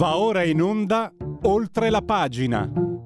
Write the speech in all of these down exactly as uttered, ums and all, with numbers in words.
Va ora in onda Oltre la pagina.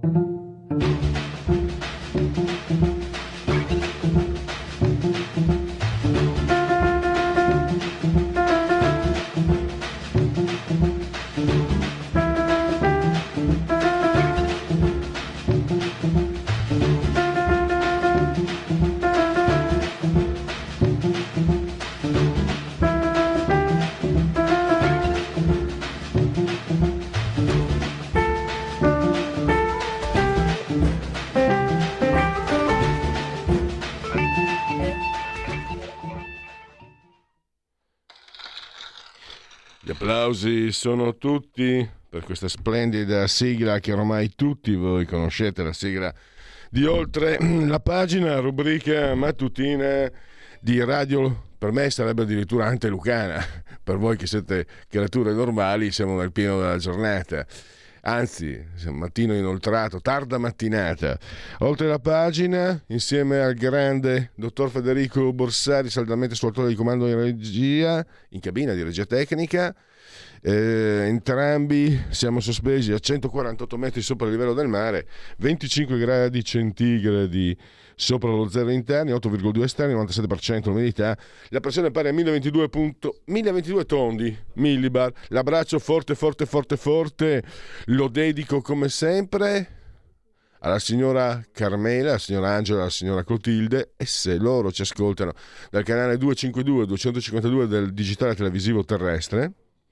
Gli applausi sono tutti per questa splendida sigla che ormai tutti voi conoscete, la sigla di Oltre la pagina, rubrica mattutina di radio. Per me sarebbe addirittura antelucana, per voi che siete creature normali siamo nel pieno della giornata. Anzi, mattino inoltrato, tarda mattinata. Oltre la pagina, insieme al grande dottor Federico Borsari, saldamente sul autore di comando in regia, in cabina di regia tecnica. Eh, entrambi siamo sospesi a centoquarantotto metri sopra il livello del mare, venticinque gradi centigradi sopra lo zero interni, otto virgola due esterni, novantasette per cento l'umidità, la pressione è pari a mille ventidue, mille ventidue tondi, millibar. L'abbraccio forte forte forte forte lo dedico come sempre alla signora Carmela, alla signora Angela, alla signora Clotilde, e se loro ci ascoltano dal canale duecentocinquantadue duecentocinquantadue del digitale televisivo terrestre,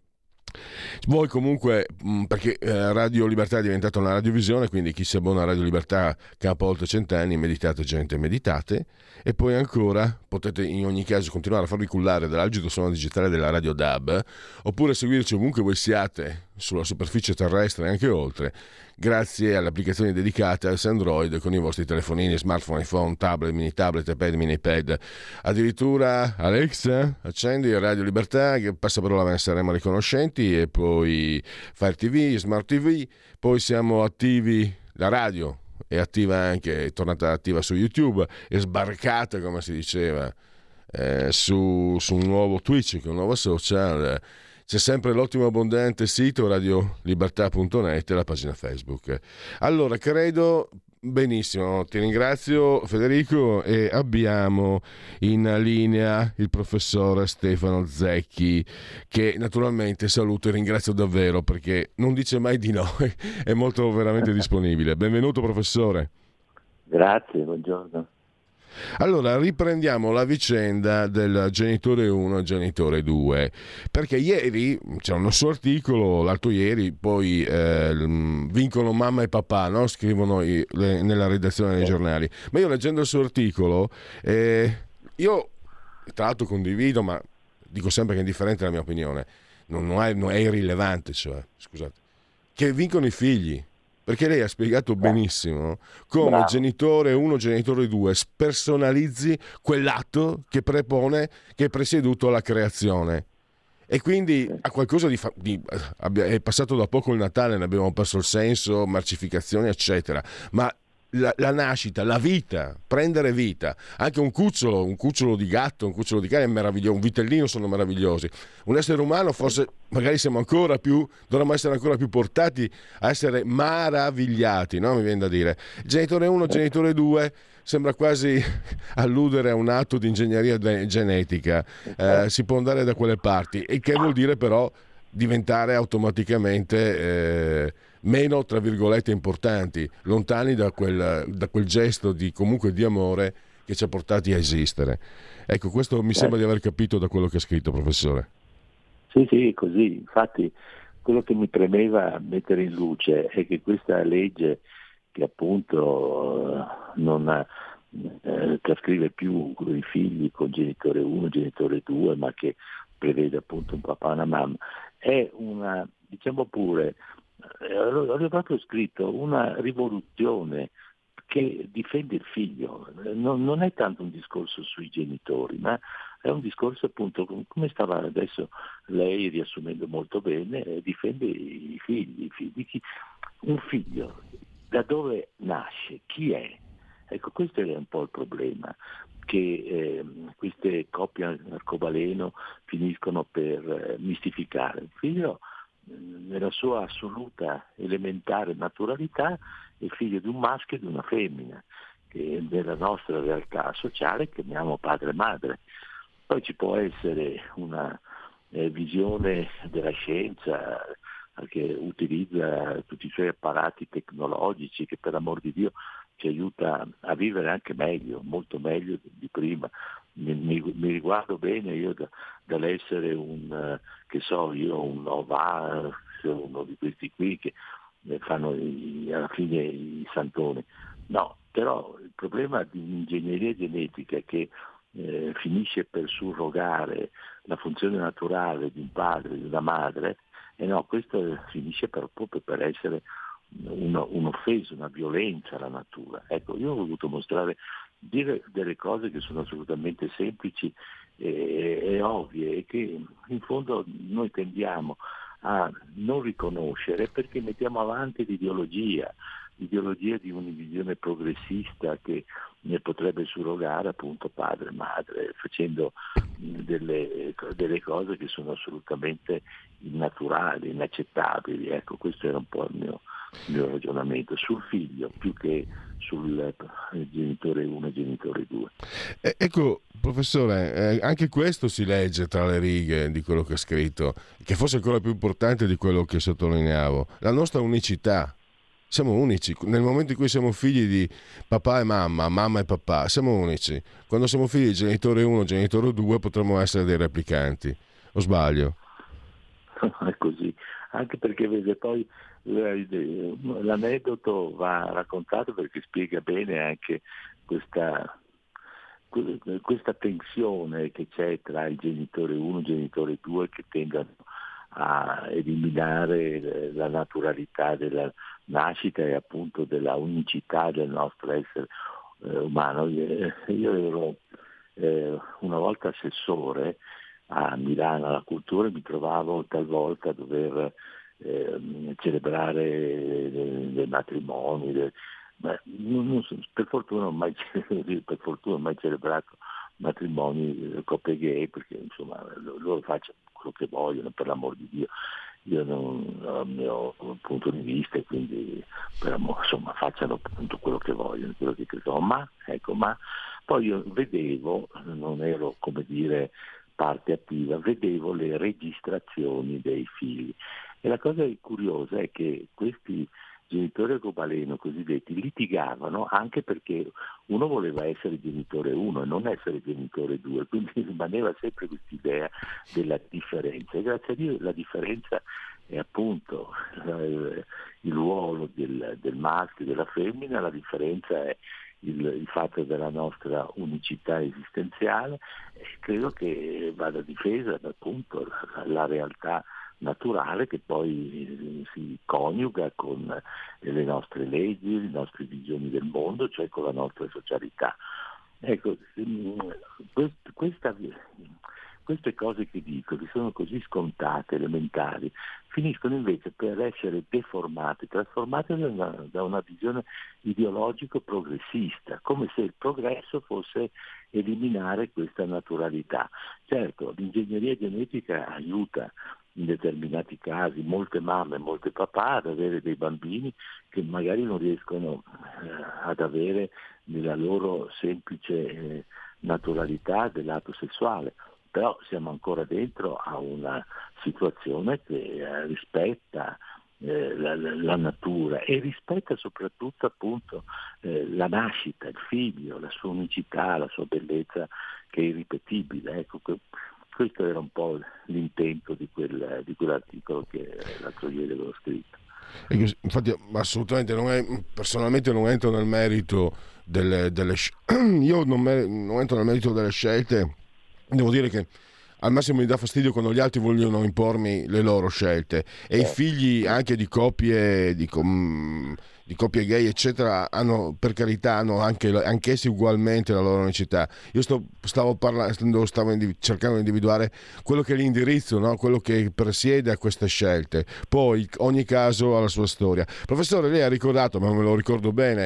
voi comunque, perché Radio Libertà è diventata una radiovisione, quindi chi si abbona a Radio Libertà campa oltre cent'anni, meditate gente, meditate, e poi ancora potete in ogni caso continuare a farvi cullare dall'algido suono digitale della Radio D A B, oppure seguirci ovunque voi siate sulla superficie terrestre e anche oltre, grazie alle applicazioni dedicate al Android con i vostri telefonini, smartphone, iPhone, tablet, mini tablet, iPad, mini iPad. Addirittura Alexa, accendi Radio Libertà, che passa per la saremo riconoscenti, e poi Fire T V, Smart T V, poi siamo attivi, la radio è attiva anche, è tornata attiva su YouTube, è sbarcata, come si diceva, eh, su, su un nuovo Twitch, che è un nuovo social. C'è sempre l'ottimo abbondante sito radio libertà punto net e la pagina Facebook. Allora, credo benissimo, ti ringrazio Federico, e abbiamo in linea il professore Stefano Zecchi, che naturalmente saluto e ringrazio davvero perché non dice mai di no, è molto veramente disponibile. Benvenuto professore. Grazie, buongiorno. Allora, riprendiamo la vicenda del genitore uno e genitore due, perché ieri c'è un suo articolo, l'altro ieri, poi eh, vincono mamma e papà, no? Scrivono i, le, nella redazione dei giornali, ma io leggendo il suo articolo, eh, io tra l'altro condivido, ma dico sempre che è indifferente la mia opinione, non, non, è, non è irrilevante, cioè, scusate, che vincono i figli. Perché lei ha spiegato benissimo come Bravo. genitore uno, genitore due spersonalizzi quell'atto che prepone, che è presieduto alla creazione. E quindi ha qualcosa di, fa- di è passato da poco il Natale, ne abbiamo perso il senso, mercificazione eccetera, ma la, la nascita, la vita, prendere vita, anche un cucciolo, un cucciolo di gatto, un cucciolo di cane è meraviglioso, un vitellino sono meravigliosi. Un essere umano forse magari siamo ancora più, dovremmo essere ancora più portati a essere maravigliati, no? Mi viene da dire. Genitore uno, genitore due sembra quasi alludere a un atto di ingegneria de- genetica, eh, si può andare da quelle parti, e che vuol dire però diventare automaticamente eh, meno, tra virgolette, importanti, lontani da quel, da quel gesto di comunque di amore che ci ha portati a esistere. Ecco, questo mi sembra di aver capito da quello che ha scritto, professore. Sì, sì, così. Infatti quello che mi premeva mettere in luce è che questa legge, che appunto non ha, eh, trascrive più i figli con genitore uno, genitore due, ma che prevede appunto un papà e una mamma, è una, diciamo pure, avevo proprio scritto, una rivoluzione che difende il figlio. Non, non è tanto un discorso sui genitori, ma è un discorso appunto, come stava adesso lei riassumendo molto bene, difende i figli, i figli. Un figlio da dove nasce, chi è? Ecco, questo è un po' il problema, che eh, queste coppie arcobaleno finiscono per eh, mistificare. Il figlio nella sua assoluta elementare naturalità è figlio di un maschio e di una femmina, che nella nostra realtà sociale chiamiamo padre e madre. Poi ci può essere una eh, visione della scienza che utilizza tutti i suoi apparati tecnologici, che per amor di Dio ci aiuta a vivere anche meglio, molto meglio di prima. Mi, mi, mi riguardo bene io da, dall'essere un, che so, io un Nova, uno di questi qui che fanno i, alla fine i santoni. No, però il problema dell'ingegneria genetica è che eh, finisce per surrogare la funzione naturale di un padre, di una madre, e no, questo finisce per, proprio per essere uno, un'offesa, una violenza alla natura. Ecco, io ho voluto mostrare, dire delle cose che sono assolutamente semplici e, e ovvie, e che in fondo noi tendiamo a non riconoscere perché mettiamo avanti l'ideologia, l'ideologia di una visione progressista che ne potrebbe surrogare appunto padre e madre, facendo delle, delle cose che sono assolutamente innaturali, inaccettabili. Ecco, questo era un po' il mio, il mio ragionamento sul figlio più che sul genitore uno e genitore due. Eh, ecco, professore, eh, anche questo si legge tra le righe di quello che ha scritto, che forse è ancora più importante di quello che sottolineavo, la nostra unicità. Siamo unici, nel momento in cui siamo figli di papà e mamma, mamma e papà, siamo unici. Quando siamo figli di genitore uno, genitore due, potremmo essere dei replicanti. O sbaglio? È così, anche perché vede poi l'aneddoto va raccontato perché spiega bene anche questa, questa tensione che c'è tra il genitore uno e il genitore due, che tendono a eliminare la naturalità della nascita e appunto della unicità del nostro essere eh, umano. Io ero eh, una volta assessore a Milano alla cultura e mi trovavo talvolta a dover eh, celebrare dei matrimoni, de, ma non, non so, per fortuna non ho mai, per fortuna mai celebrato matrimoni, coppie gay, perché insomma loro facciano quello che vogliono, per l'amor di Dio. Io non ho il mio punto di vista e quindi per amore, insomma, facciano appunto quello che vogliono, quello che credono. Ma ecco, ma poi io vedevo, non ero come dire parte attiva, vedevo le registrazioni dei figli. E la cosa curiosa è che questi genitori arcobaleno cosiddetti litigavano anche perché uno voleva essere genitore uno e non essere genitore due, quindi rimaneva sempre quest'idea della differenza. E grazie a Dio la differenza è appunto eh, il ruolo del, del maschio e della femmina, la differenza è il, il fatto della nostra unicità esistenziale, e credo che vada difesa appunto la, la realtà naturale che poi si coniuga con le nostre leggi, le nostre visioni del mondo, cioè con la nostra socialità. Ecco, questa, queste cose che dico, che sono così scontate, elementari, finiscono invece per essere deformate, trasformate da una, da una visione ideologico-progressista, come se il progresso fosse eliminare questa naturalità. Certo, l'ingegneria genetica aiuta in determinati casi molte mamme e molte papà ad avere dei bambini che magari non riescono eh, ad avere nella loro semplice eh, naturalità del lato sessuale, però siamo ancora dentro a una situazione che eh, rispetta eh, la, la, la natura e rispetta soprattutto appunto eh, la nascita, il figlio, la sua unicità, la sua bellezza che è irripetibile. Ecco, questo era un po' l'intento di, quel, di quell'articolo che l'altro ieri avevo scritto. Infatti assolutamente non è, personalmente non entro nel merito delle, delle io non, me, non entro nel merito delle scelte. Devo dire che al massimo mi dà fastidio quando gli altri vogliono impormi le loro scelte, e eh. i figli anche di coppie di, com, di coppie gay eccetera hanno, per carità, hanno anche anch'essi ugualmente la loro unicità. Io sto, stavo parlando stavo indiv- cercando di individuare quello che è l'indirizzo, no? Quello che presiede a queste scelte, poi ogni caso ha la sua storia. Professore, lei ha ricordato, ma me lo ricordo bene,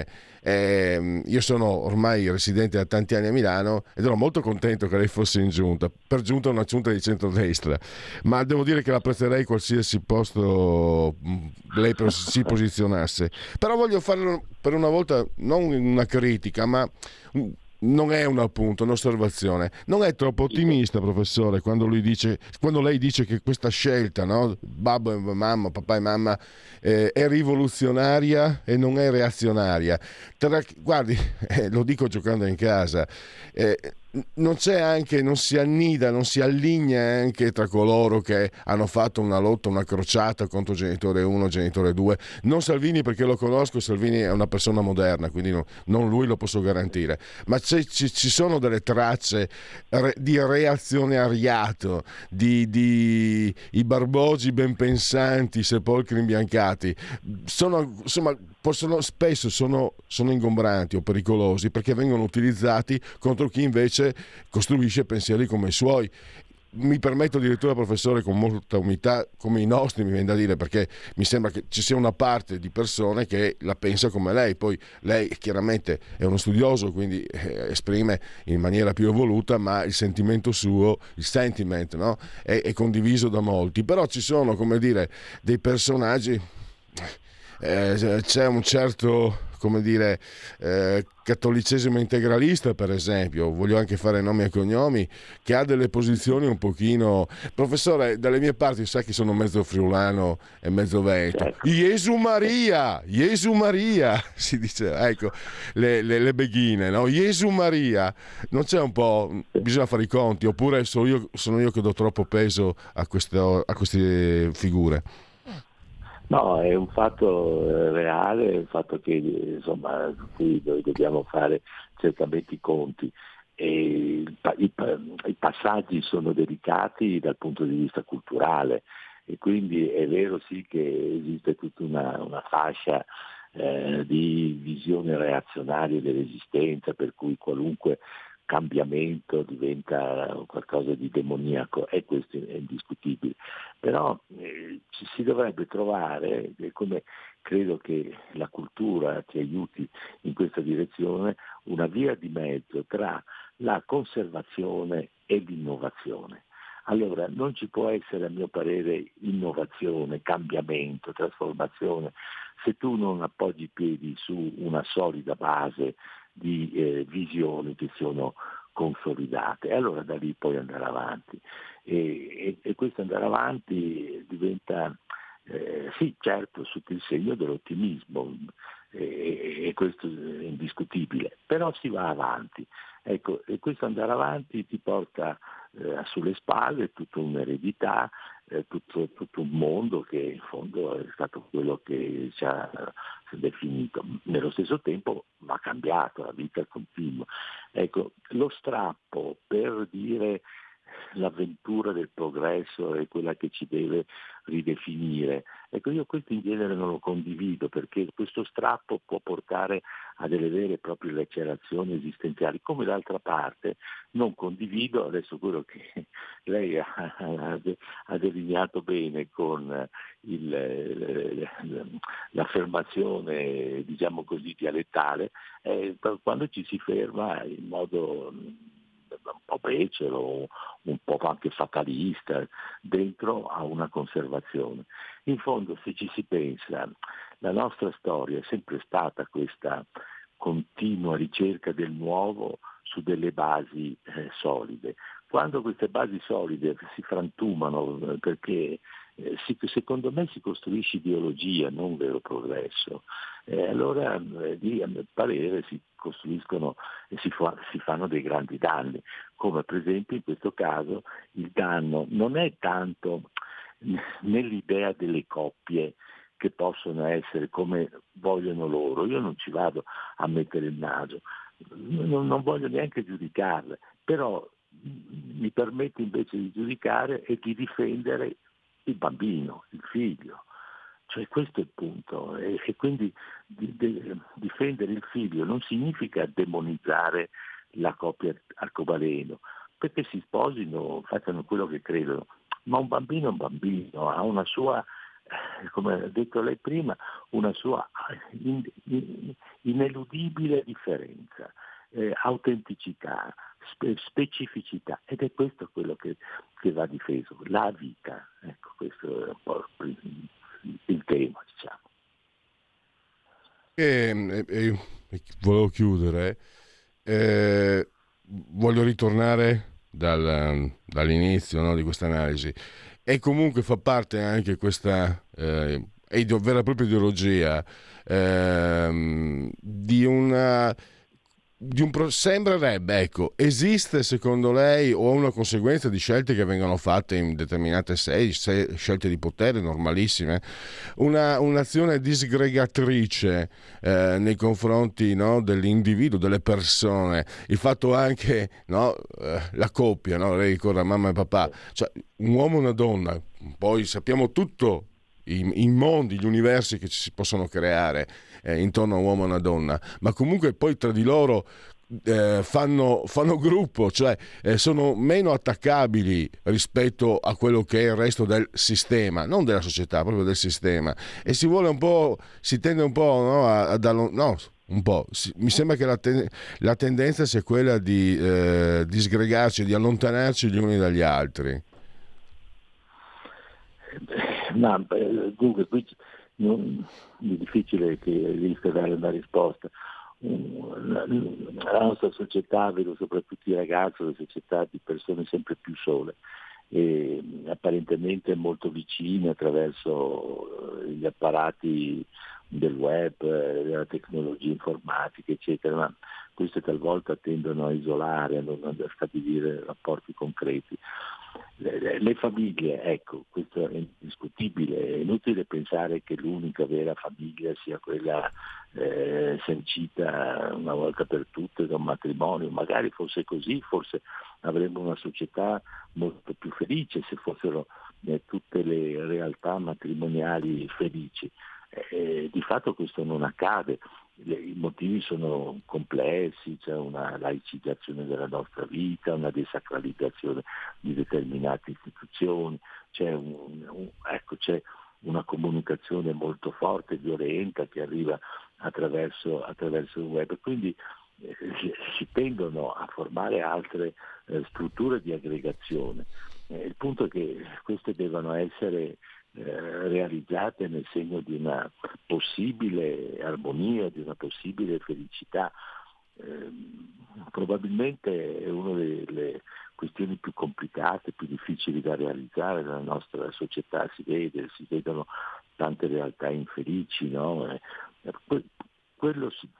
Eh, io sono ormai residente da tanti anni a Milano ed ero molto contento che lei fosse in giunta, per giunta una giunta di centrodestra, ma devo dire che l'apprezzerei qualsiasi posto lei si posizionasse. Però voglio fare per una volta non una critica, ma non è un appunto, un'osservazione. Non è troppo ottimista, professore, quando lui dice, quando lei dice che questa scelta, no? Babbo e mamma, papà e mamma, eh, è rivoluzionaria e non è reazionaria. Tra, guardi, eh, lo dico giocando in casa, eh, non c'è anche, non si annida, non si allinea anche tra coloro che hanno fatto una lotta, una crociata contro genitore uno, genitore due. Non Salvini, perché lo conosco, Salvini è una persona moderna, quindi no, non lui lo posso garantire, ma c'è, ci, ci sono delle tracce re, di reazionariato, di, di i barbogi ben pensanti, sepolcri imbiancati. Sono, insomma, possono, spesso sono, sono ingombranti o pericolosi perché vengono utilizzati contro chi invece costruisce pensieri come i suoi. Mi permetto addirittura, professore, con molta umiltà, come i nostri, mi viene da dire, perché mi sembra che ci sia una parte di persone che la pensa come lei. Poi lei chiaramente è uno studioso, quindi eh, esprime in maniera più evoluta, ma il sentimento suo, il sentiment, no? è, è condiviso da molti. Però ci sono, come dire, dei personaggi, eh, c'è un certo, come dire, eh, cattolicesimo integralista, per esempio, voglio anche fare nomi e cognomi, che ha delle posizioni un pochino... Professore, dalle mie parti sa che sono mezzo friulano e mezzo veneto. Certo. Gesù Maria, Gesù Maria, si dice, ecco, le, le, le beghine, no? Gesù Maria, non c'è un po', bisogna fare i conti, oppure sono io, sono io che do troppo peso a, questo, a queste figure? No, è un fatto reale, è un fatto che insomma su cui noi dobbiamo fare certamente i conti. E i, i passaggi sono delicati dal punto di vista culturale e quindi è vero sì che esiste tutta una, una fascia eh, di visione reazionaria dell'esistenza, per cui qualunque cambiamento diventa qualcosa di demoniaco, e questo è indiscutibile. Però eh, ci si dovrebbe trovare, eh, come credo che la cultura ci aiuti in questa direzione, una via di mezzo tra la conservazione e l'innovazione. Allora non ci può essere, a mio parere, innovazione, cambiamento, trasformazione se tu non appoggi i piedi su una solida base di eh, visioni che sono consolidate, e allora da lì puoi andare avanti e, e, e questo andare avanti diventa eh, sì, certo, sotto il segno dell'ottimismo e, e questo è indiscutibile, però si va avanti, ecco, e questo andare avanti ti porta eh, sulle spalle tutta un'eredità, eh, tutto, tutto un mondo che in fondo è stato quello che ci ha definito. Nello stesso tempo va cambiato, la vita continua. Ecco, lo strappo per dire l'avventura del progresso è quella che ci deve ridefinire. Ecco, io questo in genere non lo condivido, perché questo strappo può portare a delle vere e proprie lacerazioni esistenziali, come d'altra parte non condivido, adesso quello che lei ha, ha, ha delineato bene con il, l'affermazione, diciamo così, dialettale, eh, quando ci si ferma in modo un po' becero, un po' anche fatalista, dentro a una conservazione. In fondo, se ci si pensa, la nostra storia è sempre stata questa continua ricerca del nuovo su delle basi eh, solide. Quando queste basi solide si frantumano, eh, perché eh, si, secondo me si costruisce ideologia, non vero progresso, eh, allora eh, lì a mio parere si costruiscono e si, fa, si fanno dei grandi danni, come per esempio in questo caso il danno non è tanto nell'idea delle coppie che possono essere come vogliono loro, io non ci vado a mettere il naso, non, non voglio neanche giudicarle, però mi permetto invece di giudicare e di difendere il bambino, il figlio. Cioè questo è il punto, e, e quindi di, di, difendere il figlio non significa demonizzare la coppia arcobaleno, perché si sposino, facciano quello che credono, ma un bambino è un bambino, ha una sua come ha detto lei prima, una sua in, in, ineludibile differenza, eh, autenticità, spe, specificità, ed è questo quello che, che va difeso, la vita. Ecco, questo è un po' il, il tema, diciamo. E, e, e volevo chiudere, eh, voglio ritornare dal, dall'inizio, no, di questa analisi, e comunque fa parte anche questa eh, vera e propria ideologia eh, di una di un pro- sembrerebbe, ecco, esiste secondo lei o una conseguenza di scelte che vengono fatte in determinate sei, sei scelte di potere normalissime, una, un'azione disgregatrice eh, nei confronti, no, dell'individuo, delle persone, il fatto anche, no, eh, la coppia, no, lei ricorda mamma e papà, cioè un uomo e una donna, poi sappiamo tutto i, i mondi, gli universi che ci si possono creare eh, intorno a un uomo e una donna, ma comunque poi tra di loro eh, fanno, fanno gruppo, cioè eh, sono meno attaccabili rispetto a quello che è il resto del sistema, non della società, proprio del sistema, e si vuole un po', si tende un po', no, a, a dallo, no, un po', si, mi sembra che la, ten, la tendenza sia quella di eh, disgregarci, di allontanarci gli uni dagli altri. Ma dunque qui non, è difficile che riesca a dare una risposta. La, la nostra società, vedo soprattutto i ragazzi, una società di persone sempre più sole e apparentemente molto vicine attraverso gli apparati del web, della tecnologia informatica, eccetera, ma queste talvolta tendono a isolare, a non a stabilire rapporti concreti. Le, le famiglie, ecco, questo è indiscutibile, è inutile pensare che l'unica vera famiglia sia quella eh, sancita una volta per tutte da un matrimonio. Magari fosse così, forse avremmo una società molto più felice se fossero eh, tutte le realtà matrimoniali felici. Eh, di fatto questo non accade, i motivi sono complessi, c'è una laicizzazione della nostra vita, una desacralizzazione di determinate istituzioni, c'è, un, un, ecco, c'è una comunicazione molto forte e violenta che arriva attraverso, attraverso il web, quindi eh, si tendono a formare altre eh, strutture di aggregazione. Eh, il punto è che queste devono essere Eh, realizzate nel segno di una possibile armonia, di una possibile felicità. Eh, probabilmente è una delle questioni più complicate, più difficili da realizzare nella nostra società, si vede, si vedono tante realtà infelici, no? Eh, que- quello si...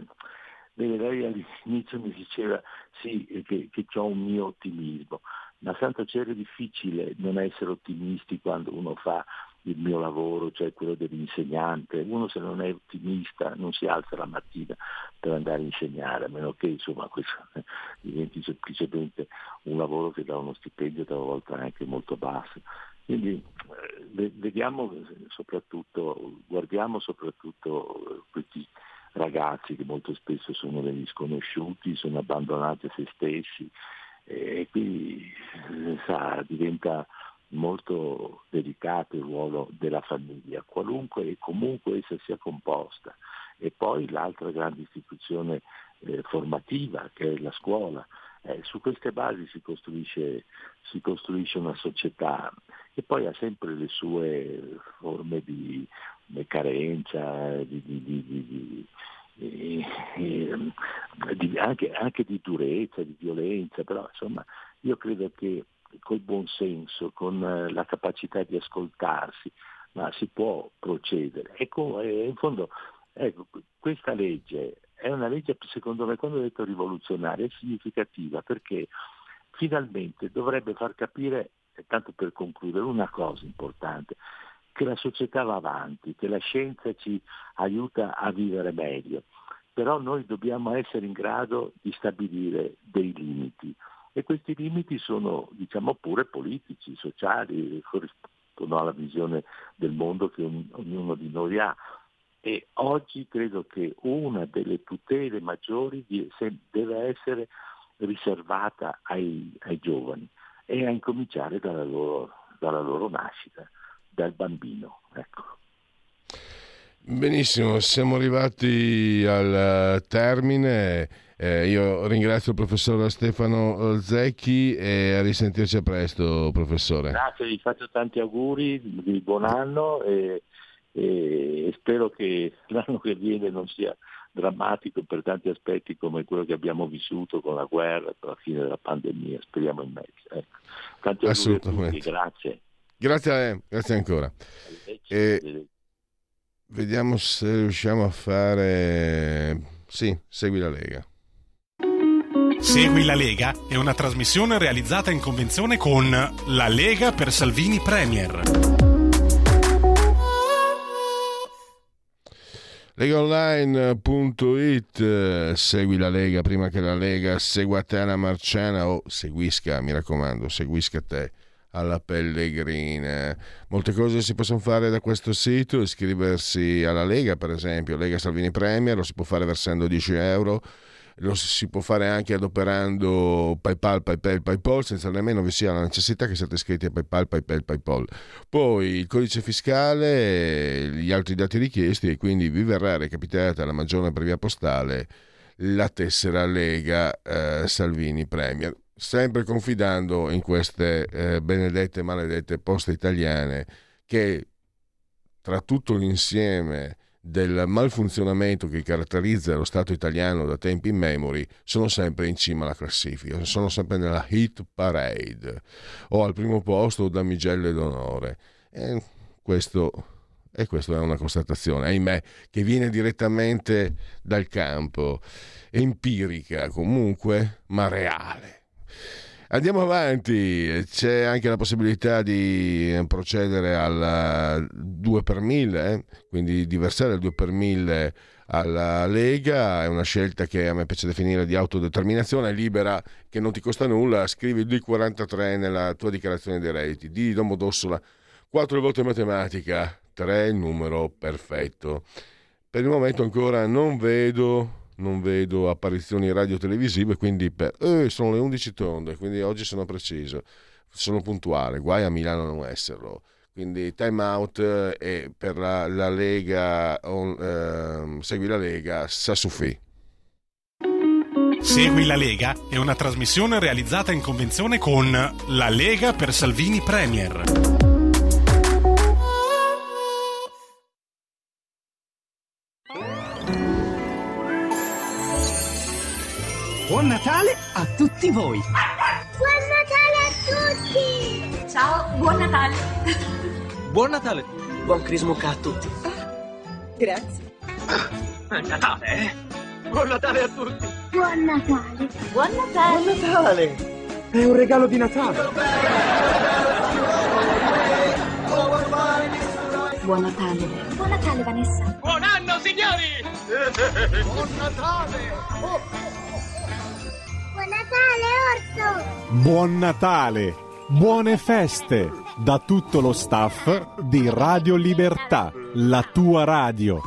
Bene, lei all'inizio mi diceva sì, che, che ho un mio ottimismo, ma santo cielo è difficile non essere ottimisti quando uno fa il mio lavoro, cioè quello dell'insegnante. Uno se non è ottimista non si alza la mattina per andare a insegnare, a meno che insomma questo diventi semplicemente un lavoro che dà uno stipendio talvolta anche molto basso. Quindi eh, vediamo soprattutto, guardiamo soprattutto questi ragazzi che molto spesso sono degli sconosciuti, sono abbandonati a se stessi e quindi sa, diventa molto delicato il ruolo della famiglia, qualunque e comunque essa sia composta. E poi l'altra grande istituzione eh, formativa che è la scuola. Eh, su queste basi si costruisce, si costruisce una società che poi ha sempre le sue forme di, di carenza, di, di, di, di E, e, di, anche, anche di durezza, di violenza, però insomma io credo che col buon senso, con la capacità di ascoltarsi, ma si può procedere. Ecco, in fondo ecco, questa legge è una legge, secondo me, quando ho detto rivoluzionaria, è significativa perché finalmente dovrebbe far capire, tanto per concludere, una cosa importante, che la società va avanti, che la scienza ci aiuta a vivere meglio, però noi dobbiamo essere in grado di stabilire dei limiti e questi limiti sono, diciamo, pure politici, sociali, corrispondono alla visione del mondo che ognuno di noi ha. E oggi credo che una delle tutele maggiori deve essere riservata ai, ai giovani e a incominciare dalla loro, dalla loro nascita. dal bambino. Ecco. Benissimo, siamo arrivati al termine. Eh, io ringrazio il professor Stefano Zecchi e a risentirci a presto, professore. Grazie, vi faccio tanti auguri di buon anno e, e spero che l'anno che viene non sia drammatico per tanti aspetti come quello che abbiamo vissuto con la guerra, con la fine della pandemia, speriamo in meglio. Ecco. Tanti auguri a tutti, grazie. Grazie a lei, grazie ancora. E vediamo se riusciamo a fare... Sì, segui la Lega. Segui la Lega è una trasmissione realizzata in convenzione con La Lega per Salvini Premier. Legaonline punto it, segui la Lega prima che la Lega segua te alla Marciana o seguisca, mi raccomando, seguisca te alla Pellegrina. Molte cose si possono fare da questo sito, iscriversi alla Lega per esempio, Lega Salvini Premier, lo si può fare versando dieci euro, lo si può fare anche adoperando PayPal, PayPal, PayPal senza nemmeno vi sia la necessità che siate iscritti a PayPal, PayPal, PayPal. Poi il codice fiscale, gli altri dati richiesti e quindi vi verrà recapitata alla maggiore per via postale la tessera Lega eh, Salvini Premier, sempre confidando in queste eh, benedette maledette poste italiane che tra tutto l'insieme del malfunzionamento che caratterizza lo Stato italiano da tempi immemori sono sempre in cima alla classifica, sono sempre nella hit parade o al primo posto o damigelle d'onore. E questo, e questo è una constatazione, ahimè, che viene direttamente dal campo, empirica comunque, ma reale. Andiamo avanti, c'è anche la possibilità di procedere al due per mille, eh? Quindi di versare il due per mille alla Lega, è una scelta che a me piace definire di autodeterminazione, libera, che non ti costa nulla, scrivi il D quarantatré nella tua dichiarazione dei redditi, D di Domodossola, quattro volte matematica, tre il numero perfetto. Per il momento ancora non vedo... non vedo apparizioni radio-televisive, quindi per... eh, sono le undici tonde, quindi oggi sono preciso, sono puntuale, guai a Milano non esserlo, quindi time out eh, e per la, la Lega on, eh, segui la Lega Sassufì. Segui la Lega è una trasmissione realizzata in convenzione con La Lega per Salvini Premier. Buon Natale a tutti voi! Buon Natale a tutti! Ciao, buon Natale! Buon Natale! Buon Crismucca a tutti! Grazie! È Natale, eh? Buon Natale a tutti! Buon Natale! Buon Natale! Buon Natale! È un regalo di Natale! Buon Natale! Buon Natale, Vanessa! Buon anno, signori! Buon Natale! Oh. Buon Natale, Orso! Buon Natale! Buone feste da tutto lo staff di Radio Libertà, la tua radio.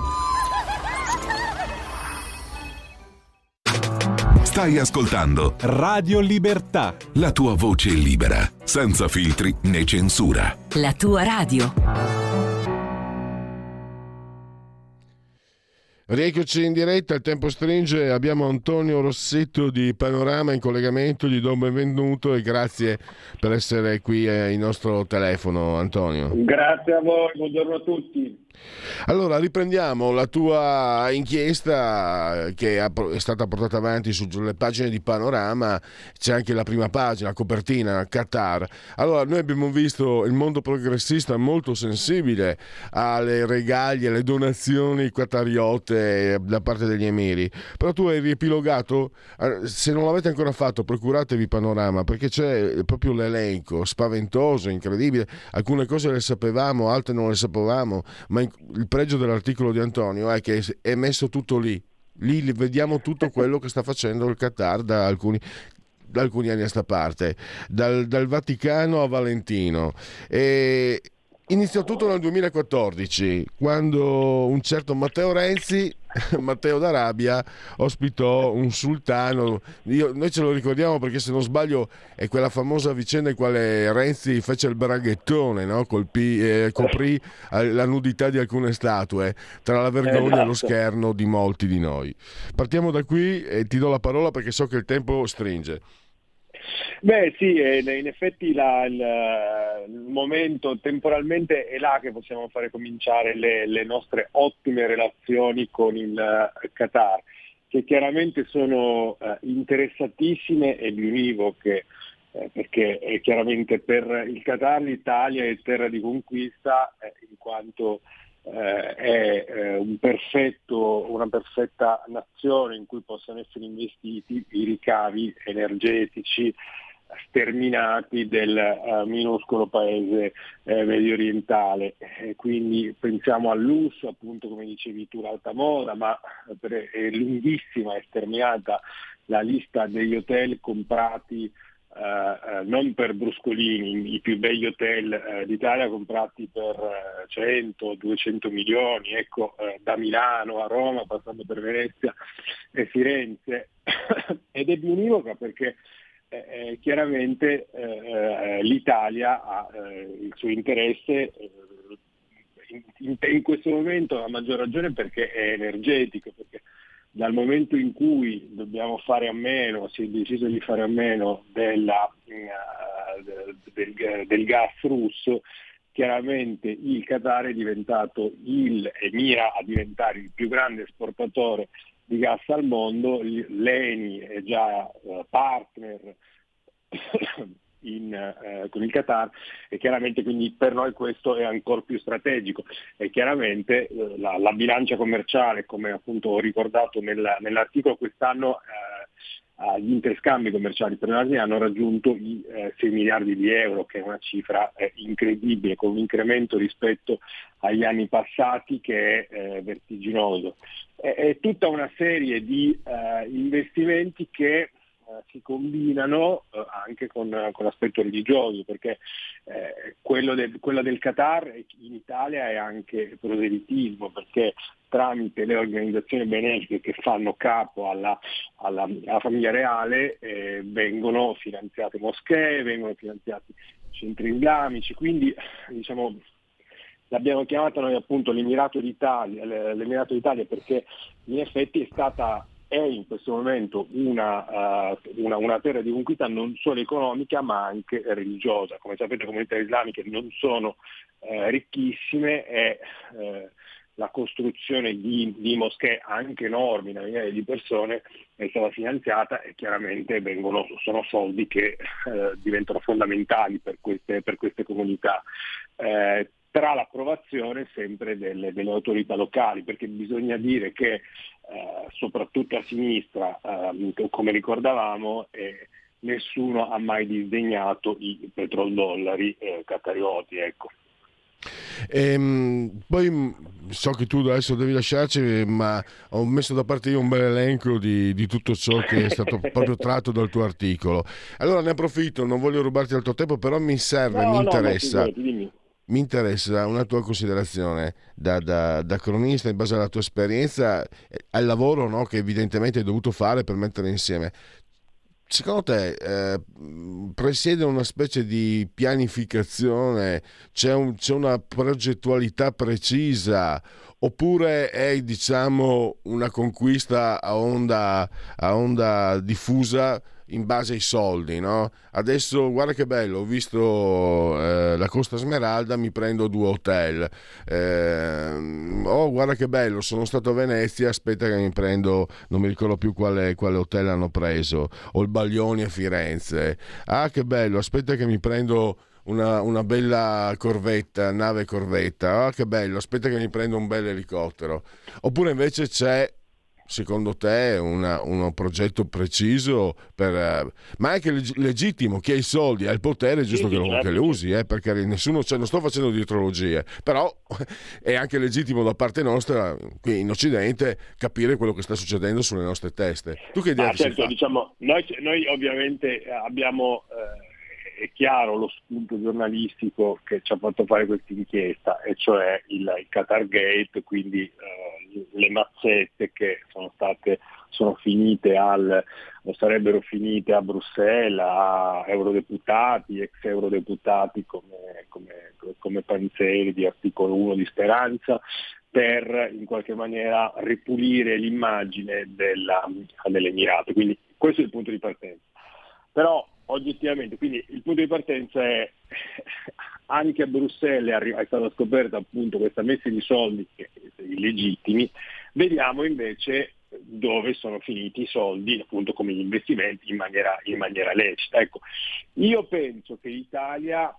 Stai ascoltando Radio Libertà, la tua voce libera, senza filtri né censura. La tua radio. Rieccoci in diretta, il tempo stringe, abbiamo Antonio Rossetto di Panorama in collegamento, gli do un benvenuto e grazie per essere qui al nostro telefono, Antonio. Grazie a voi, buongiorno a tutti. Allora, riprendiamo la tua inchiesta che è stata portata avanti sulle pagine di Panorama, c'è anche la prima pagina, la copertina, Qatar. Allora, noi abbiamo visto il mondo progressista molto sensibile alle regali, alle donazioni qatariote da parte degli emiri, però tu hai riepilogato, se non l'avete ancora fatto procuratevi Panorama perché c'è proprio l'elenco spaventoso, incredibile, alcune cose le sapevamo, altre non le sapevamo, ma il pregio dell'articolo di Antonio è che è messo tutto lì, lì vediamo tutto quello che sta facendo il Qatar da alcuni, da alcuni anni a sta parte, dal, dal Vaticano a Valentino. E iniziò tutto nel duemilaquattordici, quando un certo Matteo Renzi Matteo d'Arabia ospitò un sultano. Io, noi ce lo ricordiamo perché, se non sbaglio, è quella famosa vicenda in quale Renzi fece il braghettone, no? Colpì, eh, coprì la nudità di alcune statue, tra la vergogna esatto. e lo scherno di molti di noi. Partiamo da qui e ti do la parola perché so che il tempo stringe. Beh sì, in effetti la, il, il momento temporalmente è là che possiamo fare cominciare le, le nostre ottime relazioni con il Qatar, che chiaramente sono eh, interessatissime e biunivoche, eh, perché eh, chiaramente per il Qatar l'Italia è terra di conquista, eh, in quanto eh, è eh, un perfetto, una perfetta nazione in cui possono essere investiti i ricavi energetici sterminati del uh, minuscolo paese eh, medio orientale. E quindi pensiamo al lusso, appunto, come dicevi tu, l'alta moda, ma per, è lunghissima e sterminata la lista degli hotel comprati uh, uh, non per bruscolini, i più begli hotel uh, d'Italia comprati per uh, cento duecento milioni, ecco, uh, da Milano a Roma, passando per Venezia e Firenze. Ed è più univoca perché Eh, chiaramente eh, l'Italia ha eh, il suo interesse eh, in, in, in questo momento, a maggior ragione perché è energetico, perché dal momento in cui dobbiamo fare a meno, si è deciso di fare a meno della, uh, del, del gas russo, chiaramente il Qatar è diventato il e mira a diventare il più grande esportatore di gas al mondo. L'Eni è già uh, partner in, uh, con il Qatar, e chiaramente quindi per noi questo è ancora più strategico, e chiaramente uh, la, la bilancia commerciale, come appunto ho ricordato nel, nell'articolo, quest'anno uh, gli interscambi commerciali per l'Asia hanno raggiunto i eh, sei miliardi di euro, che è una cifra eh, incredibile, con un incremento rispetto agli anni passati che è eh, vertiginoso. È, è tutta una serie di eh, investimenti che eh, si combinano eh, anche con, con l'aspetto religioso, perché eh, quello del, quella del Qatar in Italia è anche proselitismo, perché tramite le organizzazioni benefiche che fanno capo alla, alla, alla famiglia reale eh, vengono finanziate moschee, vengono finanziati centri islamici, quindi diciamo l'abbiamo chiamata noi appunto l'Emirato d'Italia, l'Emirato d'Italia perché in effetti è stata è in questo momento una, uh, una, una terra di conquista non solo economica ma anche religiosa. Come sapete, le comunità islamiche non sono uh, ricchissime e uh, la costruzione di, di moschee anche enormi da migliaia di persone è stata finanziata, e chiaramente vengono, sono soldi che eh, diventano fondamentali per queste, per queste comunità, eh, tra l'approvazione sempre delle, delle autorità locali, perché bisogna dire che eh, soprattutto a sinistra, eh, come ricordavamo, eh, nessuno ha mai disdegnato i petrodollari eh, qatarioti, ecco. E, poi so che tu adesso devi lasciarci, ma ho messo da parte io un bel elenco di, di tutto ciò che è stato proprio tratto dal tuo articolo. Allora ne approfitto, non voglio rubarti il tuo tempo, però mi serve, no, mi no, interessa. No, dimmi. Mi interessa una tua considerazione da, da, da cronista, in base alla tua esperienza, al lavoro, no, che evidentemente hai dovuto fare per mettere insieme. Secondo te eh, presiede una specie di pianificazione, c'è, un, c'è una progettualità precisa, oppure è, diciamo, una conquista a onda, a onda diffusa in base ai soldi, no? Adesso guarda che bello, ho visto eh, la Costa Smeralda, mi prendo due hotel. Eh, oh, guarda che bello, sono stato a Venezia, aspetta che mi prendo, non mi ricordo più quale, quale hotel hanno preso, o il Baglioni a Firenze. Ah, che bello, aspetta che mi prendo una, una bella corvetta, nave corvetta. Ah, che bello, aspetta che mi prendo un bel elicottero. Oppure invece c'è, secondo te, una, uno progetto preciso per, ma anche leg- legittimo, chi ha i soldi, ha il potere, è giusto sì, che, sì, lo, certo. che le usi, eh, perché nessuno, cioè, non sto facendo dietrologie, però è anche legittimo da parte nostra, qui in Occidente, capire quello che sta succedendo sulle nostre teste. Tu che idea Ah, ti certo, sei fatto? diciamo, noi, noi ovviamente abbiamo, eh, è chiaro, lo spunto giornalistico che ci ha fatto fare questa inchiesta, e cioè il, il Qatar Gate, quindi eh, le mazzette che sono state sono finite al o sarebbero finite a Bruxelles a eurodeputati, ex eurodeputati come, come, come Panzeri di Articolo uno di Speranza, per in qualche maniera ripulire l'immagine della, dell'Emirato. Quindi questo è il punto di partenza. Però oggettivamente, quindi il punto di partenza è anche a Bruxelles è stata scoperta appunto questa messa di soldi che, illegittimi, vediamo invece dove sono finiti i soldi appunto come gli investimenti in maniera, in maniera lecita. Ecco, io penso che l'Italia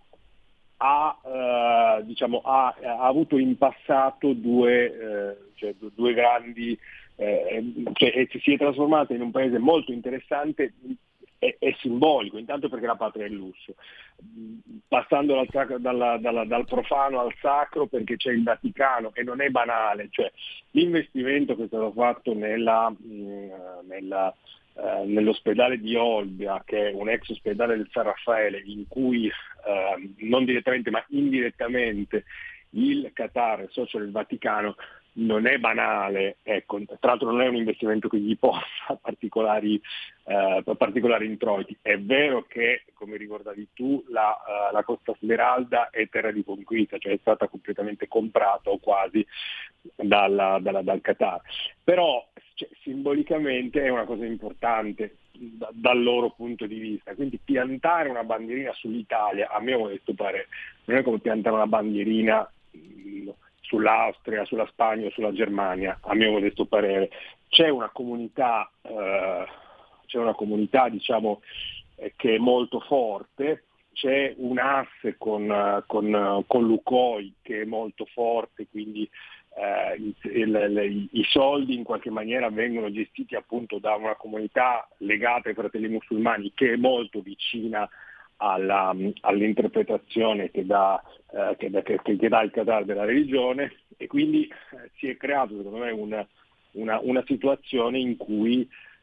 ha, eh, diciamo, ha, ha avuto in passato due, eh, cioè, due grandi, eh, cioè, si è trasformata in un paese molto interessante. È, è simbolico, intanto perché la patria è il lusso, passando dal, dalla, dalla, dal profano al sacro, perché c'è il Vaticano e non è banale, cioè l'investimento che è stato fatto nella, mh, nella, uh, nell'ospedale di Olbia, che è un ex ospedale del San Raffaele, in cui uh, non direttamente ma indirettamente il Qatar è socio del Vaticano, non è banale, ecco, tra l'altro non è un investimento che gli porta particolari, eh, particolari introiti. È vero che, come ricordavi tu, la, uh, la Costa Smeralda è terra di conquista, cioè è stata completamente comprata o quasi dalla, dalla, dal Qatar, però cioè, simbolicamente è una cosa importante da, dal loro punto di vista, quindi piantare una bandierina sull'Italia, a me modesto pare, non è come piantare una bandierina mh, sull'Austria, sulla Spagna o sulla Germania, a mio modesto parere. C'è una comunità, eh, c'è una comunità diciamo eh, che è molto forte, c'è un asse con, con, con Lukoil che è molto forte, quindi eh, il, il, i soldi in qualche maniera vengono gestiti appunto da una comunità legata ai fratelli musulmani che è molto vicina Alla, all'interpretazione che dà, eh, che, dà, che, che dà il Qatar della religione, e quindi eh, si è creato secondo me una, una, una situazione in cui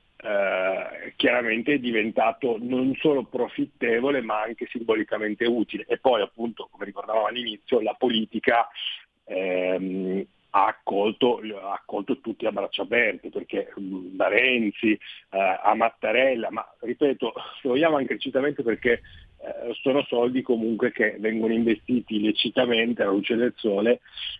eh, chiaramente è diventato non solo profittevole ma anche simbolicamente utile. E poi appunto, come ricordavamo all'inizio, la politica ehm, ha accolto, ha accolto tutti a braccia aperte, perché da Renzi eh, a Mattarella, ma ripeto, lo vogliamo anche recitamente perché eh, sono soldi comunque che vengono investiti illecitamente alla luce del sole,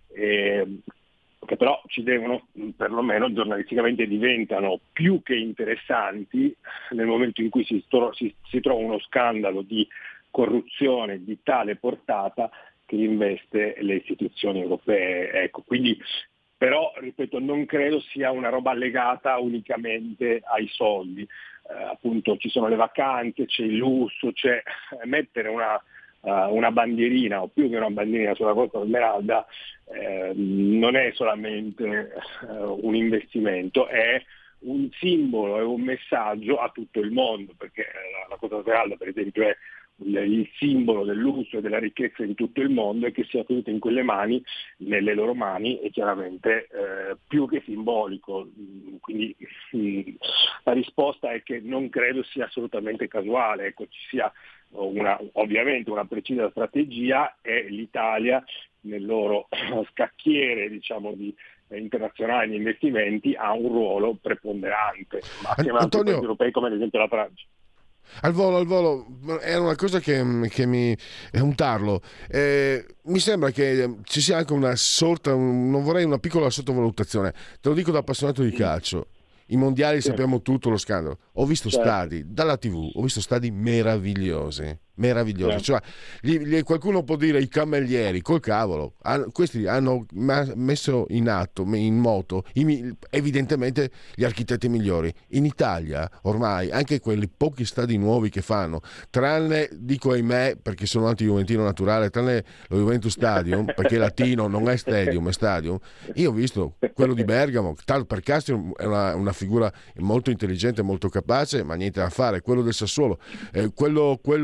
eh, che però ci devono, perlomeno giornalisticamente diventano più che interessanti nel momento in cui si, si, si trova uno scandalo di corruzione di tale portata che investe le istituzioni europee. Ecco, quindi però, ripeto, non credo sia una roba legata unicamente ai soldi. Eh, appunto ci sono le vacanze, c'è il lusso, c'è mettere una, uh, una bandierina o più che una bandierina sulla Costa Smeralda eh, non è solamente uh, un investimento, è un simbolo, è un messaggio a tutto il mondo, perché la, la Costa Smeralda per esempio è il simbolo del lusso e della ricchezza di tutto il mondo, e che sia tenuto in quelle mani, nelle loro mani, è chiaramente eh, più che simbolico. Quindi mh, la risposta è che non credo sia assolutamente casuale, ecco, ci sia una, ovviamente una precisa strategia, e l'Italia nel loro scacchiere diciamo di internazionali di investimenti ha un ruolo preponderante, ma assieme a altri paesi europei come ad esempio la Francia. Al volo, al volo, era una cosa che, che mi è un tarlo. Eh, mi sembra che ci sia anche una sorta, un, non vorrei una piccola sottovalutazione. Te lo dico da appassionato di calcio. I mondiali sì. Sappiamo tutto lo scandalo. Ho visto certo. stadi dalla tivù, ho visto stadi meravigliosi. Meraviglioso, cioè, gli, gli, qualcuno può dire i camerieri col cavolo, hanno, questi hanno messo in atto, in moto i, evidentemente gli architetti migliori in Italia. Ormai anche quelli pochi stadi nuovi che fanno, tranne, dico ahimè perché sono anti-juventino naturale, tranne lo Juventus Stadium, perché latino non è stadium, è stadium. Io ho visto quello di Bergamo, tanto per Castro è una, una figura molto intelligente, molto capace, ma niente da fare. Quello del Sassuolo, eh, quello, quello del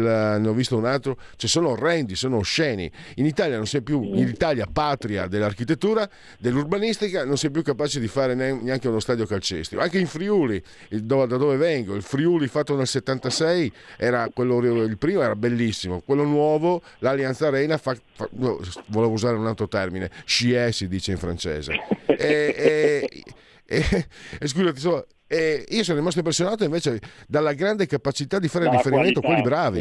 ne ho visto un altro, cioè sono orrendi, sono osceni. In Italia non si è più, in Italia patria dell'architettura, dell'urbanistica, non si è più capaci di fare neanche uno stadio calcistico. Anche in Friuli, da dove vengo, il Friuli fatto nel settantasei era quello, il primo era bellissimo, quello nuovo, l'Allianz Arena fa, fa, no, volevo usare un altro termine, chier si dice in francese. E, e, e, e scusate, insomma, e io sono rimasto impressionato invece dalla grande capacità di fare Dalla riferimento qualità, a quelli bravi.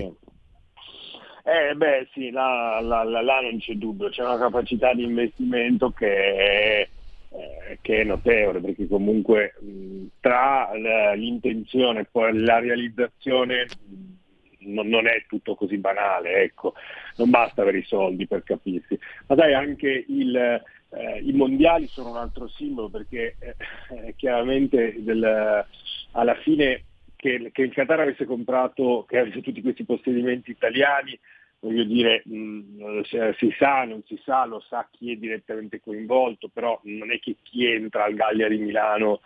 Sì. Eh beh sì, là, là, là, là non c'è dubbio, c'è una capacità di investimento che è, eh, che è notevole, perché comunque mh, tra l'intenzione e poi la realizzazione mh, non, non è tutto così banale, ecco, non basta avere i soldi per capirsi, ma dai, anche il Eh, i mondiali sono un altro simbolo, perché eh, chiaramente del, alla fine che, che il Qatar avesse comprato, che avesse tutti questi possedimenti italiani, voglio dire, mh, si sa, non si sa, lo sa chi è direttamente coinvolto, però non è che chi entra al Cagliari Milano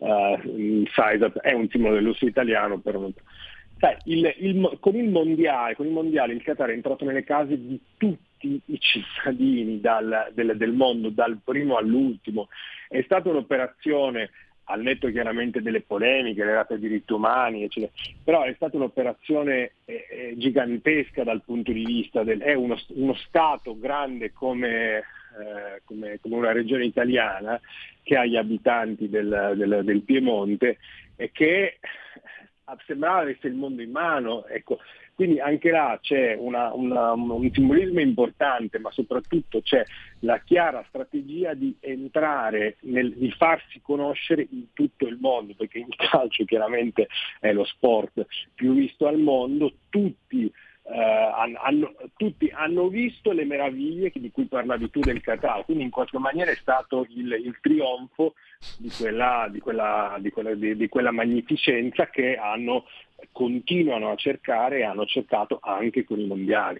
uh, sa esatto, è un simbolo del lusso italiano, però non... Sai, il, il, con il mondiale, con il mondiale il Qatar è entrato nelle case di tutti i cittadini dal, del, del mondo, dal primo all'ultimo. È stata un'operazione, al netto chiaramente delle polemiche legate ai diritti umani, eccetera, però è stata un'operazione eh, gigantesca dal punto di vista del, è uno, uno Stato grande come, eh, come, come una regione italiana, che ha gli abitanti del, del, del Piemonte e che sembrava avesse il mondo in mano, ecco. Quindi anche là c'è una, una, un simbolismo importante, ma soprattutto c'è la chiara strategia di entrare, nel, di farsi conoscere in tutto il mondo, perché il calcio chiaramente è lo sport più visto al mondo, tutti, eh, hanno, tutti hanno visto le meraviglie di cui parlavi tu del Qatar, quindi in qualche maniera è stato il, il trionfo di quella, di, quella, di, quella, di, di quella magnificenza che hanno continuano a cercare e hanno cercato anche con i mondiali.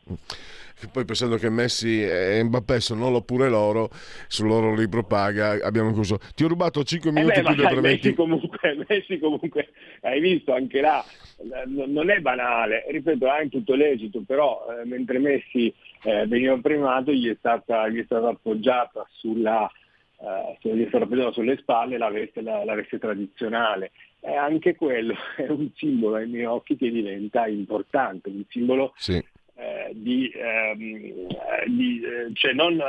Poi pensando che Messi e Mbappé sono pure loro, sul loro libro paga, abbiamo concluso. Ti ho rubato cinque minuti eh beh, più del Messi comunque, Messi comunque, hai visto anche là, non è banale, ripeto, è anche tutto lecito, però eh, mentre Messi eh, veniva premiato gli è stata, gli è stata appoggiata sulla Uh, gli è stata presa sulle spalle la veste, la, la veste tradizionale, e anche quello è un simbolo ai miei occhi che diventa importante, un simbolo sì. eh, di, ehm, di eh, cioè non,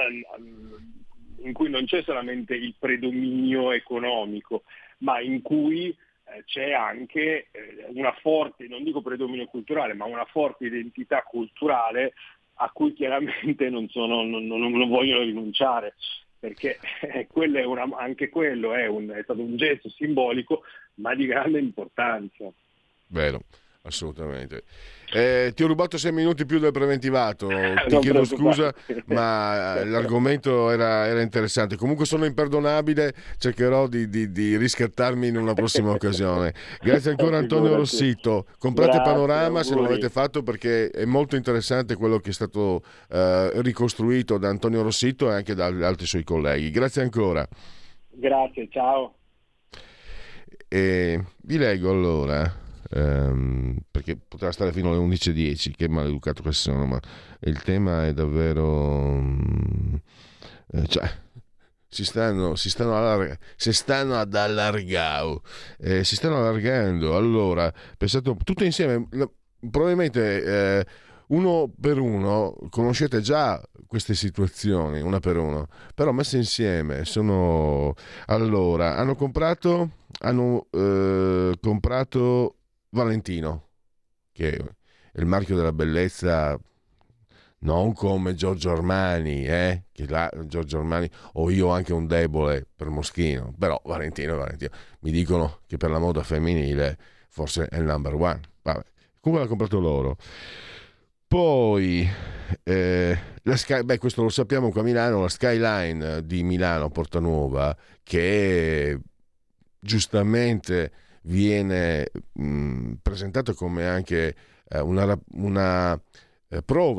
in cui non c'è solamente il predominio economico, ma in cui eh, c'è anche eh, una forte, non dico predominio culturale, ma una forte identità culturale a cui chiaramente non, sono, non, non, non vogliono rinunciare, perché eh, quello è una, anche quello è, un, è stato un gesto simbolico, ma di grande importanza. Vero, assolutamente. Eh, ti ho rubato sei minuti più del preventivato, ti Non chiedo scusa, ma l'argomento era, era interessante. Comunque sono imperdonabile, cercherò di, di, di riscattarmi in una prossima occasione. Grazie ancora Antonio Rossito. Comprate Grazie, Panorama auguri. Se non l'avete fatto, perché è molto interessante quello che è stato eh, ricostruito da Antonio Rossito e anche da altri suoi colleghi. Grazie ancora. Grazie, ciao. E vi leggo allora. Um, perché potrà stare fino alle undici e dieci, che maleducato che sono, ma il tema è davvero um, eh, cioè si stanno si stanno allargando, si stanno ad allargare eh, si stanno allargando. Allora pensate tutto insieme, probabilmente eh, uno per uno conoscete già queste situazioni, una per uno, però messe insieme sono, allora hanno comprato hanno eh, comprato Valentino, che è il marchio della bellezza, non come Giorgio Armani, eh? Che là Giorgio Armani, o io ho anche un debole per Moschino, però Valentino è Valentino. Mi dicono che per la moda femminile forse è il number one. Vabbè. Comunque l'ha comprato loro. Poi eh, la Sky, beh, questo lo sappiamo qua a Milano, la Skyline di Milano Porta Nuova, che giustamente viene mh, presentato come anche eh, una, una eh, prova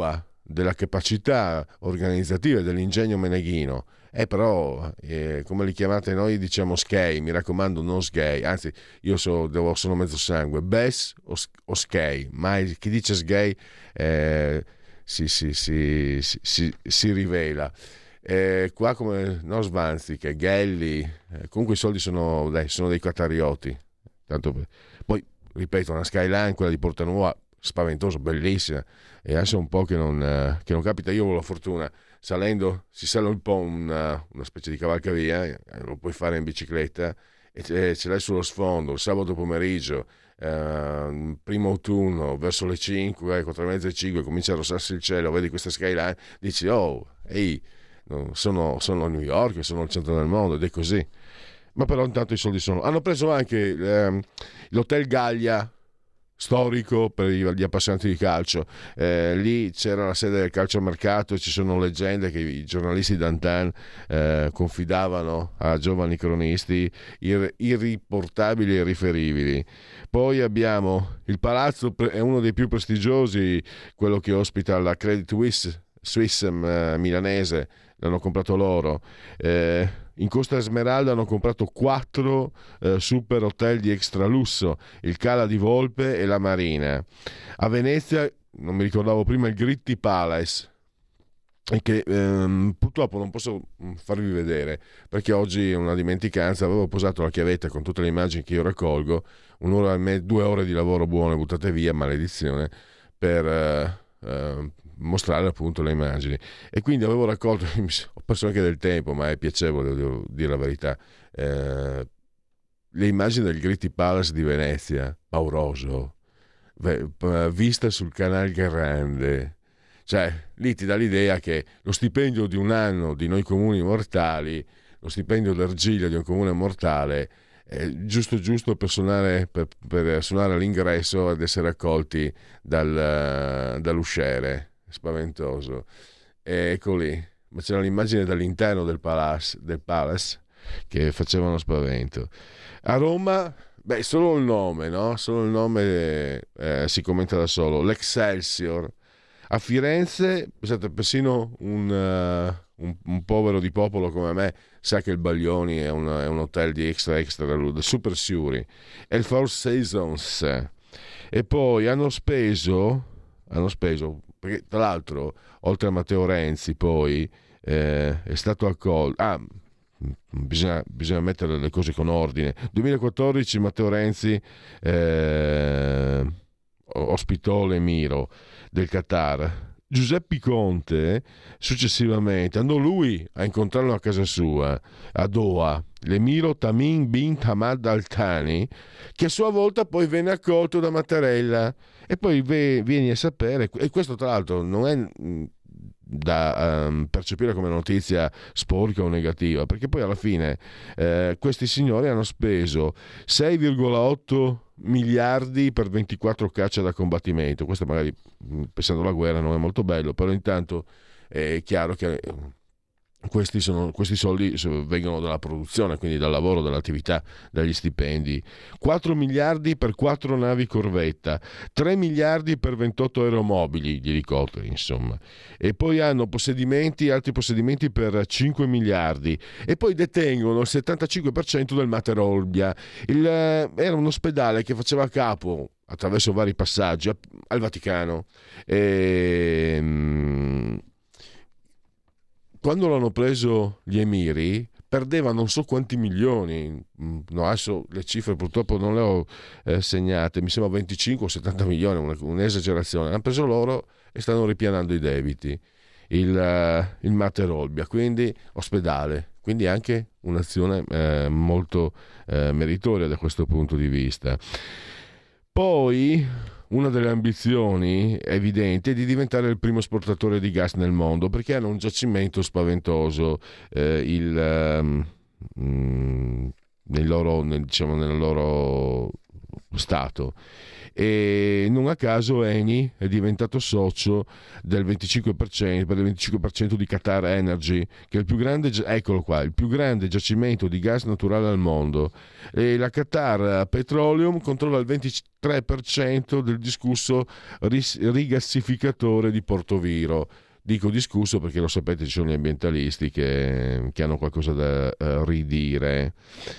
della capacità organizzativa e dell'ingegno meneghino. Eh, però, eh, come li chiamate noi, diciamo Skei, mi raccomando, non Sgay, anzi, io so, devo, sono mezzo sangue, Bess o, o Skei, mai chi dice Sgay eh, si, si, si, si, si, si rivela. Eh, qua come no Svanzica, Gelli, eh, comunque i soldi sono, dai, sono dei catarioti. Tanto per... Poi, ripeto, una Skyline, quella di Porta Nuova, spaventosa, bellissima, e adesso è un po' che non, eh, che non capita. Io ho la fortuna, salendo si sale un po' una, una specie di cavalcavia, eh, lo puoi fare in bicicletta e ce, ce l'hai sullo sfondo il sabato pomeriggio, eh, primo autunno, verso le cinque, quattro e mezza e cinque, comincia a rossarsi il cielo, vedi questa Skyline, dici oh, ehi, no, sono, sono a New York, sono al centro del mondo, ed è così. Ma però intanto i soldi sono. Hanno preso anche eh, l'Hotel Gallia, storico per gli appassionati di calcio. Eh, lì c'era la sede del calciomercato e ci sono leggende che i giornalisti d'antan eh, confidavano a giovani cronisti ir- irriportabili e riferibili. Poi abbiamo il palazzo, è uno dei più prestigiosi, quello che ospita la Credit Suisse, Suisse eh, milanese, l'hanno comprato loro. Eh, in Costa Smeralda hanno comprato quattro eh, super hotel di extra lusso, il Cala di Volpe e la Marina. A Venezia, non mi ricordavo prima, il Gritti Palace, che ehm, purtroppo non posso farvi vedere perché oggi è una dimenticanza. Avevo posato la chiavetta con tutte le immagini che io raccolgo, un'ora e me- due ore di lavoro buone buttate via, maledizione, per eh, eh, mostrare appunto le immagini, e quindi avevo raccolto, ho perso anche del tempo, ma è piacevole, devo dire la verità, eh, le immagini del Gritti Palace di Venezia, pauroso, vista sul Canal Grande. Cioè, lì ti dà l'idea che lo stipendio di un anno di noi comuni mortali, lo stipendio d'argilla di un comune mortale, è giusto giusto per suonare, per, per suonare all'ingresso ed essere accolti dal, dall'usciere. Spaventoso. E ecco lì, ma c'era l'immagine dall'interno del palace, del palace che facevano spavento. A Roma, beh, solo il nome, no? Solo il nome eh, si commenta da solo, l'Excelsior. A Firenze, pensate, persino un, uh, un, un povero di popolo come me sa che il Baglioni è un, è un hotel di extra extra super suri. E il Four Seasons. E poi hanno speso hanno speso perché tra l'altro oltre a Matteo Renzi poi eh, è stato accolto, ah bisogna, bisogna mettere le cose con ordine. duemilaquattordici Matteo Renzi eh, ospitò l'emiro del Qatar. Giuseppe Conte successivamente andò lui a incontrarlo a casa sua a Doha, l'emiro Tamim bin Hamad Al Thani, che a sua volta poi venne accolto da Mattarella. E poi ve, vieni a sapere, e questo tra l'altro non è da um, percepire come notizia sporca o negativa, perché poi alla fine eh, questi signori hanno speso sei virgola otto miliardi per ventiquattro cacce da combattimento. Questo magari, pensando alla guerra, non è molto bello, però intanto è chiaro che questi, sono, questi soldi vengono dalla produzione, quindi dal lavoro, dall'attività, dagli stipendi. quattro miliardi per quattro navi corvetta, tre miliardi per ventotto aeromobili, gli elicotteri insomma, e poi hanno possedimenti, altri possedimenti per cinque miliardi, e poi detengono il settantacinque per cento del Mater Olbia. Il, eh, era un ospedale che faceva capo attraverso vari passaggi al Vaticano. E, mh, quando l'hanno preso gli emiri perdeva non so quanti milioni, no, adesso le cifre purtroppo non le ho eh, segnate, mi sembra venticinque o settanta milioni, una, un'esagerazione. Hanno preso loro e stanno ripianando i debiti, il, uh, il Mater Olbia, quindi ospedale, quindi anche un'azione eh, molto eh, meritoria da questo punto di vista. Poi una delle ambizioni evidenti è di diventare il primo esportatore di gas nel mondo, perché hanno un giacimento spaventoso, eh, il, um, nel loro, nel, diciamo, nella loro Stato. E non a caso Eni è diventato socio del venticinque per cento, per il venticinque per cento di Qatar Energy, che è il più grande, eccolo qua, il più grande giacimento di gas naturale al mondo, e la Qatar Petroleum controlla il ventitré per cento del discusso rigassificatore di Portoviro. Dico discusso perché lo sapete, ci sono gli ambientalisti che, che hanno qualcosa da uh, ridire.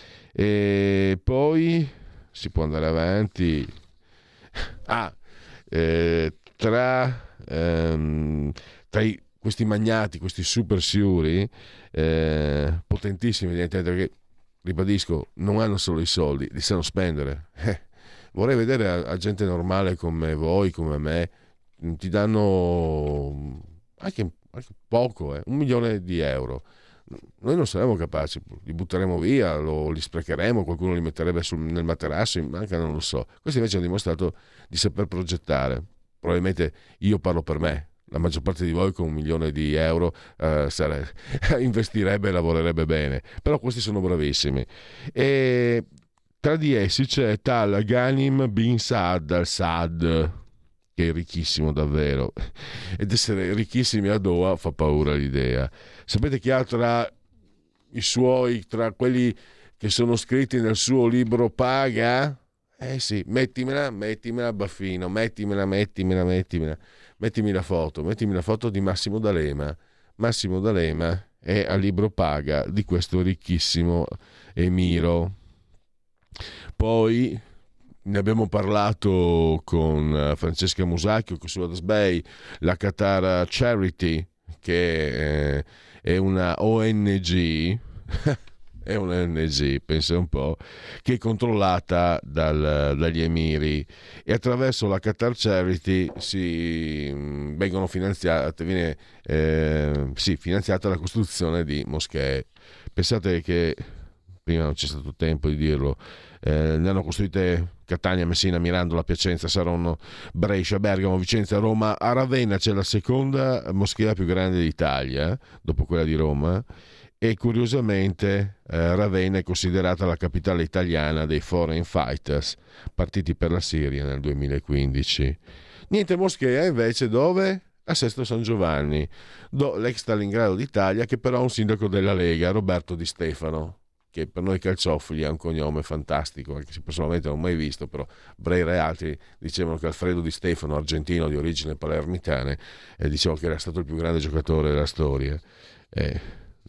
E poi si può andare avanti. Ah, eh, tra, ehm, tra i, questi magnati, questi super siuri, eh, potentissimi evidentemente, perché ribadisco, non hanno solo i soldi, li sanno spendere. Eh, vorrei vedere a, a gente normale come voi, come me, ti danno anche, anche poco, eh, un milione di euro. Noi non saremo capaci, li butteremo via, lo, li sprecheremo, qualcuno li metterebbe sul, nel materasso, anche non lo so. Questi invece hanno dimostrato di saper progettare. Probabilmente io parlo per me, la maggior parte di voi con un milione di euro eh, sare, investirebbe e lavorerebbe bene, però questi sono bravissimi. E tra di essi c'è tal Ghanim bin Saad al-Saad, che è ricchissimo davvero, ed essere ricchissimi a Doha fa paura l'idea. Sapete chi ha tra i suoi, tra quelli che sono scritti nel suo libro paga? Eh sì, mettimela, mettimela Baffino, mettimela, mettimela, mettimela, mettimi la foto, mettimi la foto di Massimo D'Alema. Massimo D'Alema è a libro paga di questo ricchissimo emiro. Poi ne abbiamo parlato con Francesca Musacchio, con Suarez Bay, la Qatar Charity, che eh, è una O N G, è una O N G, pensa un po', che è controllata dal, dagli emiri, e attraverso la Qatar Charity si mh, vengono finanziate, viene eh, sì, finanziata la costruzione di moschee. Pensate che prima non c'è stato tempo di dirlo, eh, ne hanno costruite Catania, Messina, Mirandola, Piacenza, Saronno, Brescia, Bergamo, Vicenza, Roma. A Ravenna c'è la seconda moschea più grande d'Italia, dopo quella di Roma, e curiosamente eh, Ravenna è considerata la capitale italiana dei foreign fighters partiti per la Siria nel duemilaquindici. Niente moschea invece dove? A Sesto San Giovanni, do, l'ex Stalingrado d'Italia, che però ha un sindaco della Lega, Roberto Di Stefano, che per noi calciofili ha un cognome fantastico, anche se personalmente non ho mai visto, però Breira e altri dicevano che Alfredo Di Stefano, argentino di origine palermitane, eh, dicevano che era stato il più grande giocatore della storia. Eh,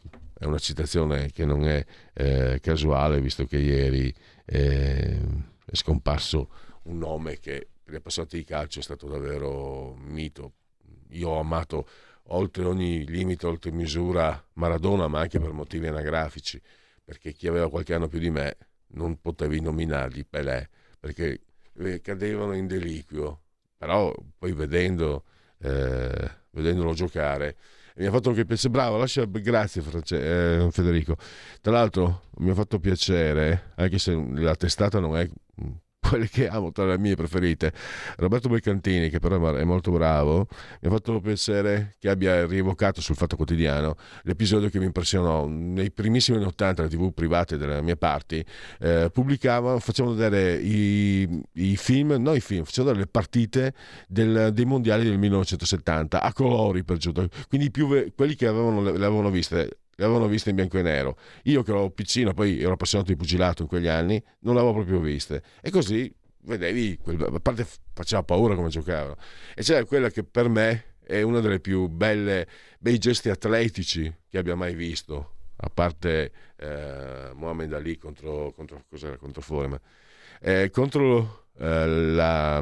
è una citazione che non è eh, casuale, visto che ieri eh, è scomparso un nome che per gli appassionati di calcio è stato davvero mito. Io ho amato oltre ogni limite, oltre misura Maradona, ma anche per motivi anagrafici, perché chi aveva qualche anno più di me non potevi nominargli Pelé, perché cadevano in deliquio. Però poi vedendo eh, vedendolo giocare mi ha fatto anche piacere. Bravo, lascia, grazie France, eh, Federico. Tra l'altro mi ha fatto piacere, anche se la testata non è quelle che amo tra le mie preferite, Roberto Belcantini, che però è molto bravo, mi ha fatto piacere che abbia rievocato sul Fatto Quotidiano l'episodio che mi impressionò. Nei primissimi anni ottanta le tv private delle mie parti eh, pubblicavano, facevano vedere i, i film, no i film, facevano vedere le partite del, dei mondiali del millenovecentosettanta a colori, per giù, quindi più ve- quelli che avevano, le avevano viste le avevano viste in bianco e nero. Io che ero piccino, poi ero appassionato di pugilato in quegli anni, non le avevo proprio viste, e così vedevi, a parte faceva paura come giocavano, e c'era quella che per me è una delle più belle bei gesti atletici che abbia mai visto, a parte eh, Mohamed Ali contro contro cos'era contro Foreman, eh, contro eh, la,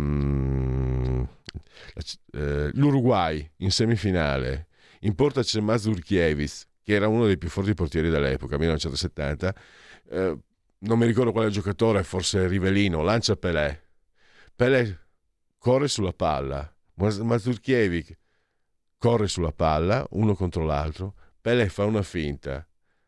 mm, la eh, l'Uruguay in semifinale. In porta c'è Mazurkiewicz, che era uno dei più forti portieri dell'epoca, millenovecentosettanta. Eh, non mi ricordo quale giocatore, forse Rivellino, lancia Pelé. Pelé corre sulla palla, Mazurkiewicz corre sulla palla, uno contro l'altro, Pelé fa una finta.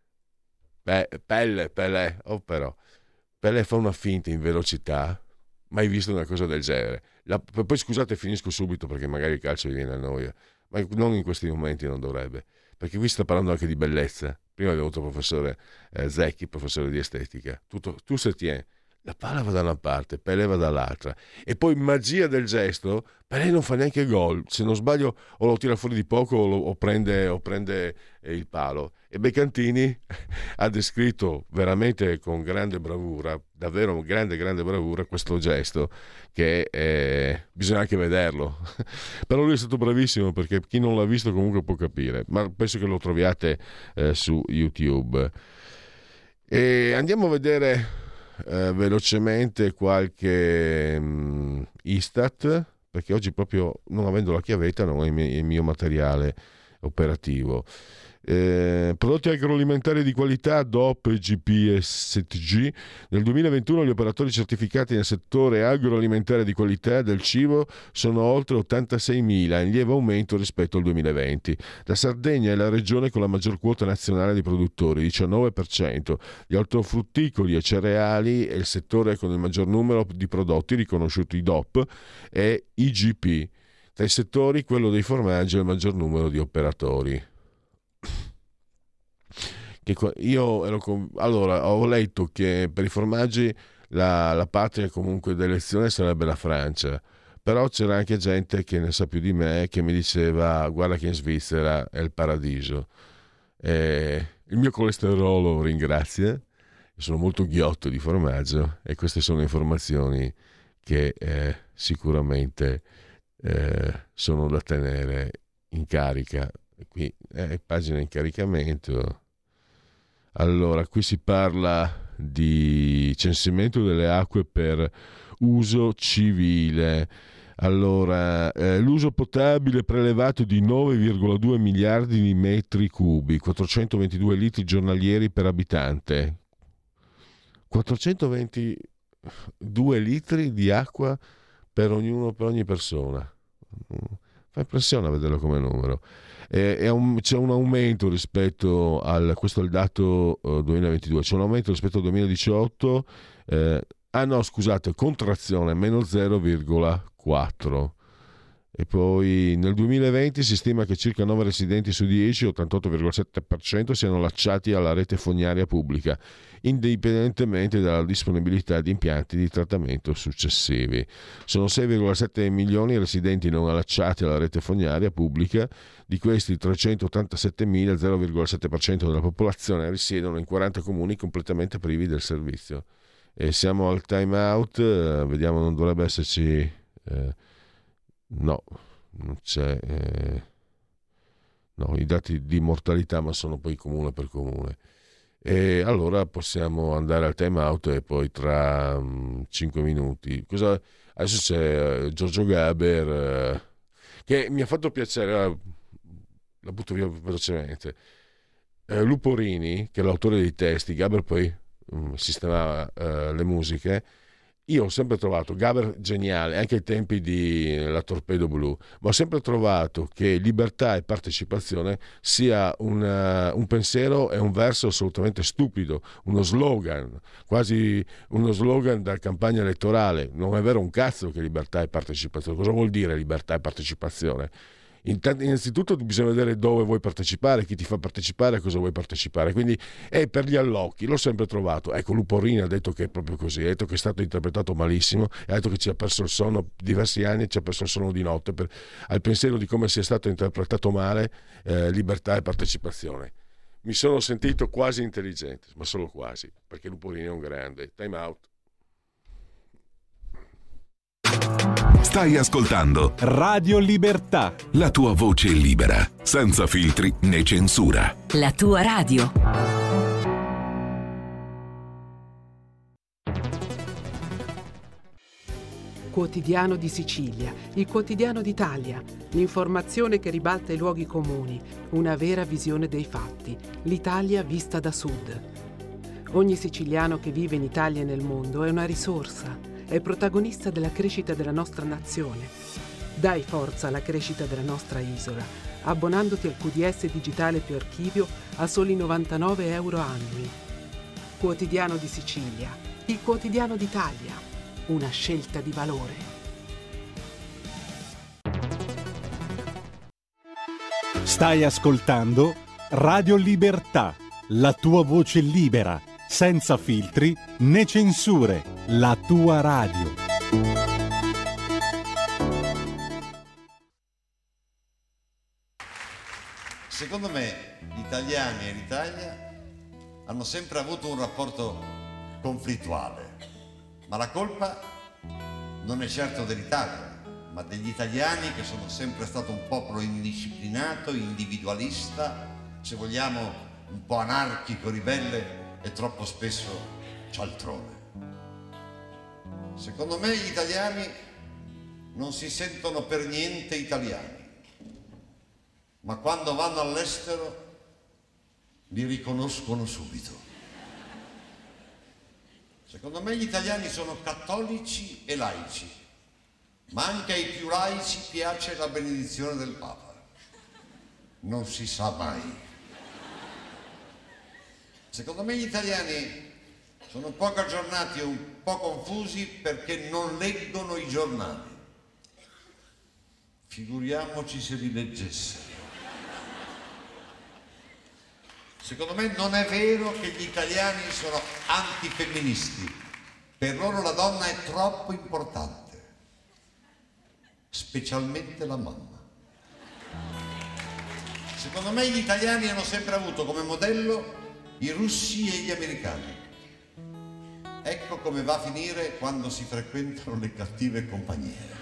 Beh, Pelle, Pelé, oh però, Pelé fa una finta in velocità, mai visto una cosa del genere. La, poi scusate, finisco subito perché magari il calcio vi viene a noia, ma non in questi momenti, non dovrebbe, perché qui sta parlando anche di bellezza. Prima abbiamo avuto il professore eh, Zecchi, professore di estetica. Tutto, tu se tieni la palla va da una parte, Pelé va dall'altra, e poi magia del gesto, Pelé non fa neanche gol, se non sbaglio o lo tira fuori di poco o, lo, o prende, o prende eh, il palo. E Beccantini ha descritto veramente con grande bravura, davvero grande grande bravura, questo gesto che eh, bisogna anche vederlo. Però lui è stato bravissimo, perché chi non l'ha visto comunque può capire, ma penso che lo troviate eh, su YouTube. E andiamo a vedere eh, velocemente qualche um, Istat, perché oggi proprio, non avendo la chiavetta, non ho il mio, il mio materiale operativo. Eh, prodotti agroalimentari di qualità D O P G P S T G. Nel duemilaventuno gli operatori certificati nel settore agroalimentare di qualità del cibo sono oltre ottantaseimila, in lieve aumento rispetto al duemilaventi. La Sardegna è la regione con la maggior quota nazionale di produttori, diciannove per cento. Gli ortofrutticoli e cereali è il settore con il maggior numero di prodotti riconosciuti D O P e I G P. Tra i settori, quello dei formaggi ha il maggior numero di operatori. Che io ero con... allora ho letto che per i formaggi la, la patria comunque d'elezione sarebbe la Francia, però c'era anche gente che ne sa più di me che mi diceva guarda che in Svizzera è il paradiso. E il mio colesterolo ringrazia, sono molto ghiotto di formaggio, e queste sono informazioni che eh, sicuramente eh, sono da tenere in carica. Qui è eh, pagina in caricamento. Allora, qui si parla di censimento delle acque per uso civile. Allora, eh, l'uso potabile prelevato di nove virgola due miliardi di metri cubi, quattrocentoventidue litri giornalieri per abitante. quattrocentoventidue litri di acqua per ognuno, per ogni persona. Fa impressione a vederlo come numero. È un, c'è un aumento rispetto al, questo è il dato uh, duemilaventidue, c'è un aumento rispetto al duemiladiciotto, eh, ah no scusate, contrazione, meno zero virgola quattro. E poi nel duemilaventi si stima che circa nove residenti su dieci, ottantotto virgola sette per cento, siano allacciati alla rete fognaria pubblica, indipendentemente dalla disponibilità di impianti di trattamento successivi. Sono sei virgola sette milioni i residenti non allacciati alla rete fognaria pubblica, di questi trecentottantasettemila, zero virgola sette per cento della popolazione, risiedono in quaranta comuni completamente privi del servizio. E siamo al time out, eh, vediamo, non dovrebbe esserci... Eh, No, non c'è. Eh, no, i dati di mortalità, ma sono poi comune per comune. E allora possiamo andare al time out e poi tra um, cinque minuti. Cosa, adesso c'è uh, Giorgio Gaber, uh, che mi ha fatto piacere, uh, la butto via velocemente. Uh, Luporini, che è l'autore dei testi, Gaber poi um, sistemava uh, le musiche. Io ho sempre trovato Gaber geniale, anche ai tempi di La Torpedo Blu, ma ho sempre trovato che libertà e partecipazione sia una, un pensiero e un verso assolutamente stupido, uno slogan, quasi uno slogan da campagna elettorale. Non è vero un cazzo che libertà e partecipazione. Cosa vuol dire libertà e partecipazione? Innanzitutto bisogna vedere dove vuoi partecipare, chi ti fa partecipare, a cosa vuoi partecipare, quindi è per gli allocchi. L'ho sempre trovato. Ecco, Luporini ha detto che è proprio così, ha detto che è stato interpretato malissimo, ha detto che ci ha perso il sonno diversi anni, ci ha perso il sonno di notte per, al pensiero di come sia stato interpretato male eh, libertà e partecipazione. Mi sono sentito quasi intelligente, ma solo quasi, perché Luporini è un grande. Time out. Stai ascoltando Radio Libertà, la tua voce libera, senza filtri né censura. La tua radio. Quotidiano di Sicilia, il quotidiano d'Italia, l'informazione che ribalta i luoghi comuni, una vera visione dei fatti, l'Italia vista da sud. Ogni siciliano che vive in Italia e nel mondo è una risorsa. È protagonista della crescita della nostra nazione. Dai forza alla crescita della nostra isola, abbonandoti al Q D S digitale più archivio a soli novantanove euro annui. Quotidiano di Sicilia, il quotidiano d'Italia, una scelta di valore. Stai ascoltando Radio Libertà, la tua voce libera, senza filtri né censure, la tua radio. Secondo me gli italiani e l'Italia hanno sempre avuto un rapporto conflittuale, ma la colpa non è certo dell'Italia, ma degli italiani, che sono sempre stato un popolo indisciplinato, individualista, se vogliamo un po' anarchico, ribelle e troppo spesso cialtrone. Secondo me gli italiani non si sentono per niente italiani, ma quando vanno all'estero li riconoscono subito. Secondo me gli italiani sono cattolici e laici, ma anche ai più laici piace la benedizione del Papa. Non si sa mai. Secondo me gli italiani sono poco aggiornati e un po' confusi perché non leggono i giornali. Figuriamoci se li leggessero. Secondo me non è vero che gli italiani sono antifemministi. Per loro la donna è troppo importante, specialmente la mamma. Secondo me gli italiani hanno sempre avuto come modello i russi e gli americani. Ecco come va a finire quando si frequentano le cattive compagnie.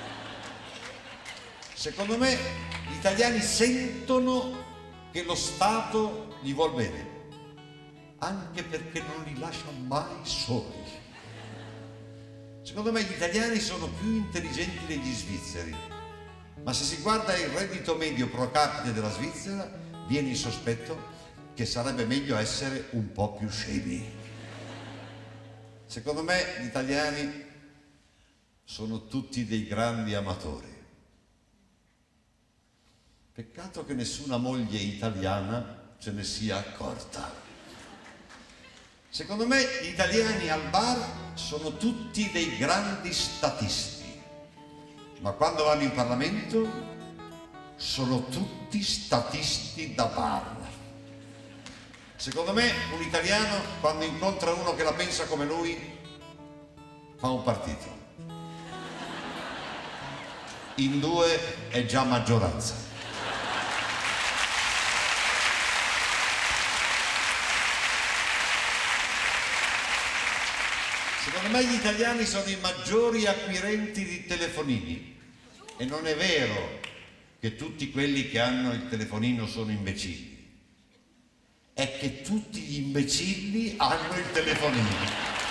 Secondo me gli italiani sentono che lo Stato gli vuol bene, anche perché non li lascia mai soli. Secondo me gli italiani sono più intelligenti degli svizzeri, ma se si guarda il reddito medio pro capite della Svizzera, viene il sospetto che sarebbe meglio essere un po' più scemi. Secondo me gli italiani sono tutti dei grandi amatori. Peccato che nessuna moglie italiana se ne sia accorta. Secondo me gli italiani al bar sono tutti dei grandi statisti, ma quando vanno in Parlamento sono tutti statisti da bar. Secondo me un italiano, quando incontra uno che la pensa come lui, fa un partito. In due è già maggioranza. Secondo me gli italiani sono i maggiori acquirenti di telefonini e non è vero che tutti quelli che hanno il telefonino sono imbecilli, è che tutti gli imbecilli hanno il telefonino.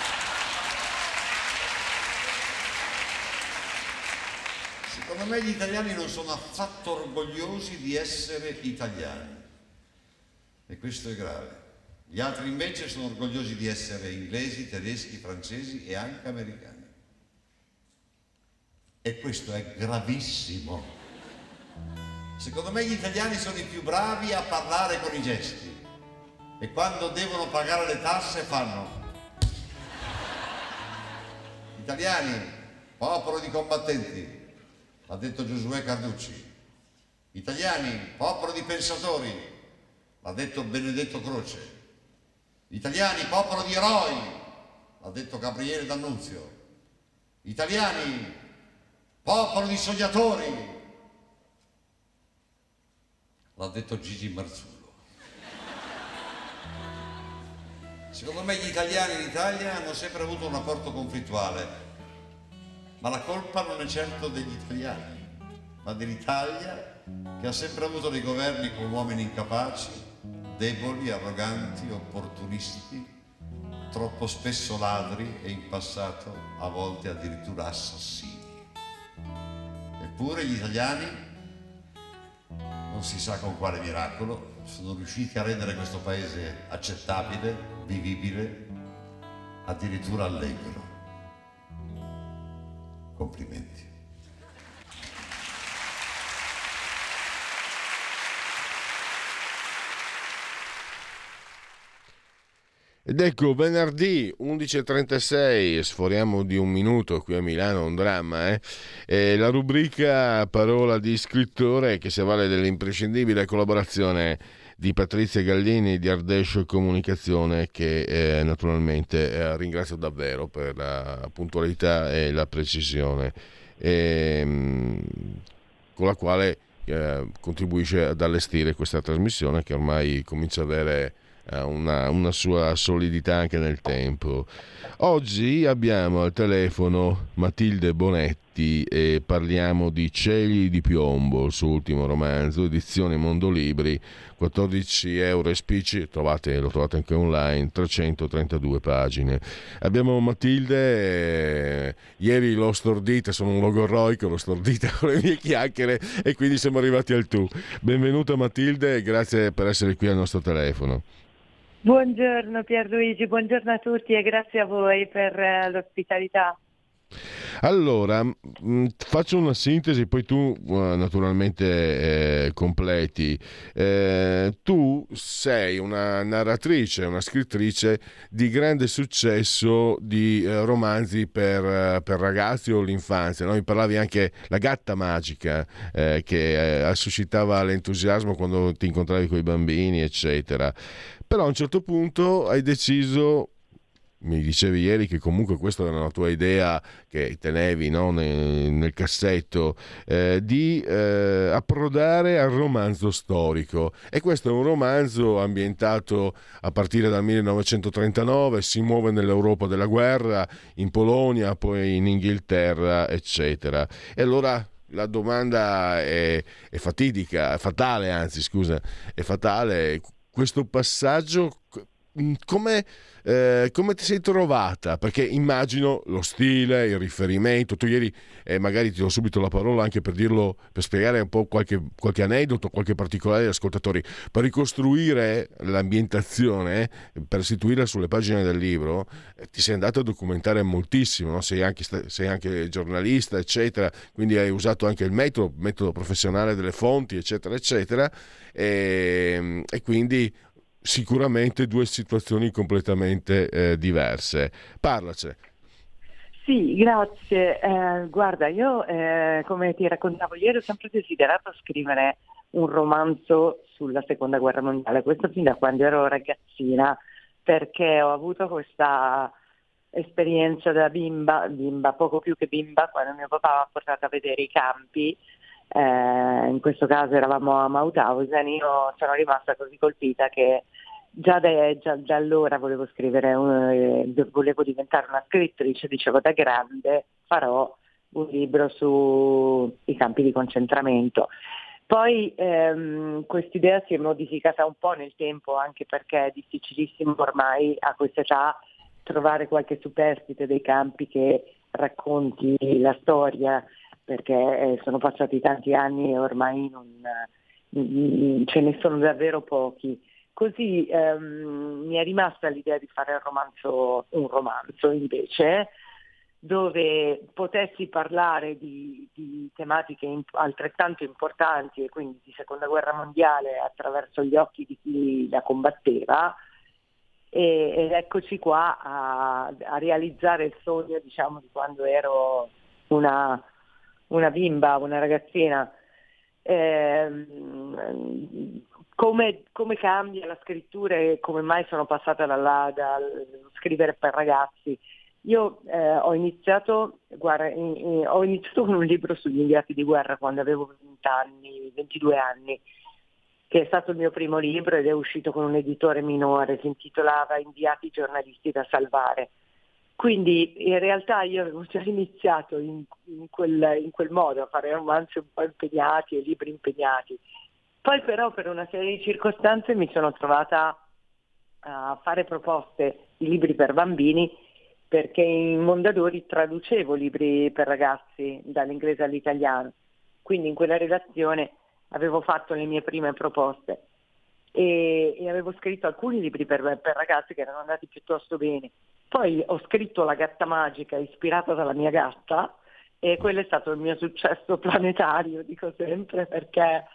Secondo me gli italiani non sono affatto orgogliosi di essere italiani e questo è grave. Gli altri invece sono orgogliosi di essere inglesi, tedeschi, francesi e anche americani. E questo è gravissimo. Secondo me gli italiani sono i più bravi a parlare con i gesti e quando devono pagare le tasse fanno. Italiani, popolo di combattenti, ha detto Giosuè Carducci. Italiani, popolo di pensatori, l'ha detto Benedetto Croce. Italiani, popolo di eroi, l'ha detto Gabriele D'Annunzio. Italiani, popolo di sognatori, l'ha detto Gigi Marzullo. Secondo me gli italiani in Italia hanno sempre avuto un rapporto conflittuale, ma la colpa non è certo degli italiani, ma dell'Italia, che ha sempre avuto dei governi con uomini incapaci, deboli, arroganti, opportunisti, troppo spesso ladri e in passato a volte addirittura assassini. Eppure gli italiani, non si sa con quale miracolo, sono riusciti a rendere questo paese accettabile, vivibile, addirittura allegro. Complimenti. Ed ecco, venerdì undici e trentasei, sforiamo di un minuto qui a Milano, un dramma, eh? E la rubrica Parola di scrittore, che si avvale dell'imprescindibile collaborazione di Patrizia Gallini di Ardescio Comunicazione, che eh, naturalmente eh, ringrazio davvero per la puntualità e la precisione, e, mh, con la quale eh, contribuisce ad allestire questa trasmissione che ormai comincia ad avere Una, una sua solidità anche nel tempo. Oggi abbiamo al telefono Matilde Bonetti e parliamo di Cieli di piombo, il suo ultimo romanzo, edizione Mondolibri, quattordici euro e spicci, trovate, lo trovate anche online, trecentotrentadue pagine. Abbiamo Matilde, eh, ieri l'ho stordita, sono un logorroico, l'ho stordita con le mie chiacchiere e quindi siamo arrivati al tu. Benvenuta Matilde e grazie per essere qui al nostro telefono. Buongiorno Pierluigi, buongiorno a tutti e grazie a voi per uh, l'ospitalità. Allora, mh, faccio una sintesi, poi tu uh, naturalmente eh, completi. Eh, tu sei una narratrice, una scrittrice di grande successo di eh, romanzi per, uh, per ragazzi o l'infanzia, no? Mi parlavi anche La gatta magica, eh, che eh, suscitava l'entusiasmo quando ti incontravi con i bambini, eccetera. Però a un certo punto hai deciso, mi dicevi ieri che comunque questa era una tua idea che tenevi, no, nel, nel cassetto, eh, di eh, approdare al romanzo storico. E questo è un romanzo ambientato a partire dal millenovecentotrentanove, si muove nell'Europa della guerra, in Polonia, poi in Inghilterra, eccetera. E allora la domanda è, è fatidica, è fatale, anzi scusa, è fatale. Questo passaggio, come, eh, come ti sei trovata? Perché immagino lo stile, il riferimento, tu ieri eh, magari ti do subito la parola anche per dirlo, per spiegare un po' qualche, qualche aneddoto, qualche particolare agli ascoltatori, per ricostruire l'ambientazione, per restituirla sulle pagine del libro, eh, ti sei andato a documentare moltissimo, no? sei, anche, sei anche giornalista, eccetera, quindi hai usato anche il metodo, metodo professionale delle fonti, eccetera, eccetera, e, e quindi sicuramente due situazioni completamente eh, diverse. Parlacene. Sì, grazie. Eh, guarda, io eh, come ti raccontavo ieri ho sempre desiderato scrivere un romanzo sulla seconda guerra mondiale, questo fin da quando ero ragazzina, perché ho avuto questa esperienza da bimba, bimba poco più che bimba, quando mio papà mi ha portato a vedere i campi. Eh, in questo caso eravamo a Mauthausen, io sono rimasta così colpita che già da, già, da allora volevo scrivere, un, eh, volevo diventare una scrittrice, dicevo da grande farò un libro sui campi di concentramento. Poi ehm, quest'idea si è modificata un po' nel tempo, anche perché è difficilissimo ormai a questa età trovare qualche superstite dei campi che racconti la storia, perché eh, sono passati tanti anni e ormai non, mm, ce ne sono davvero pochi. Così ehm, mi è rimasta l'idea di fare un romanzo, un romanzo invece, dove potessi parlare di, di tematiche imp- altrettanto importanti e quindi di seconda guerra mondiale attraverso gli occhi di chi la combatteva, e, ed eccoci qua a, a realizzare il sogno, diciamo, di quando ero una una bimba, una ragazzina. Eh, come, come cambia la scrittura e come mai sono passata dalla, dal scrivere per ragazzi. Io eh, ho iniziato guarda, in, in, ho iniziato con un libro sugli inviati di guerra quando avevo venti anni, ventidue anni, che è stato il mio primo libro ed è uscito con un editore minore, si intitolava Inviati giornalisti da salvare. Quindi in realtà io avevo già iniziato in, in, quel, in quel modo a fare romanzi un po' impegnati e libri impegnati. Poi però per una serie di circostanze mi sono trovata a fare proposte di libri per bambini, perché in Mondadori traducevo libri per ragazzi dall'inglese all'italiano. Quindi in quella redazione avevo fatto le mie prime proposte e, e avevo scritto alcuni libri per, per ragazzi che erano andati piuttosto bene. Poi ho scritto La gatta magica ispirata dalla mia gatta e quello è stato il mio successo planetario, dico sempre, perché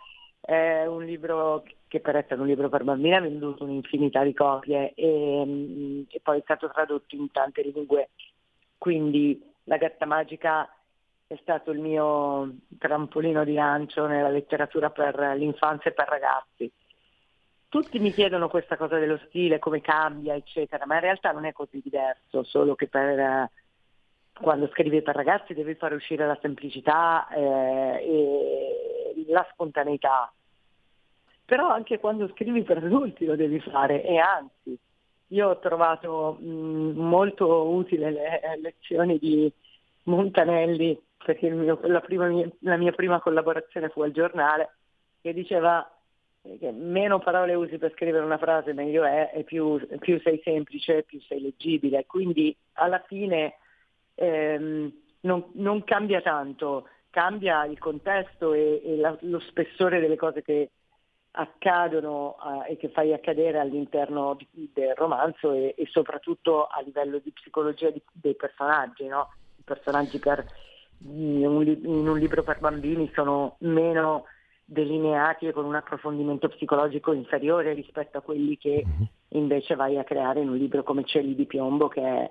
è un libro che per essere un libro per bambini ha venduto un'infinità di copie e, e poi è stato tradotto in tante lingue, quindi La gatta magica è stato il mio trampolino di lancio nella letteratura per l'infanzia e per ragazzi. Tutti mi chiedono questa cosa dello stile, come cambia, eccetera, ma in realtà non è così diverso, solo che per quando scrivi per ragazzi devi fare uscire la semplicità eh, e la spontaneità. Però anche quando scrivi per adulti lo devi fare, e anzi, io ho trovato mh, molto utile le lezioni di Montanelli, perché il mio, la, prima, la mia prima collaborazione fu al giornale, che diceva che meno parole usi per scrivere una frase meglio è, e più, più sei semplice, più sei leggibile. Quindi alla fine ehm, non, non cambia tanto, cambia il contesto e, e la, lo spessore delle cose che accadono uh, e che fai accadere all'interno di, del romanzo e, e soprattutto a livello di psicologia di, dei personaggi, no? I personaggi per, in, un, in un libro per bambini sono meno delineati e con un approfondimento psicologico inferiore rispetto a quelli che invece vai a creare in un libro come Cieli di piombo, che è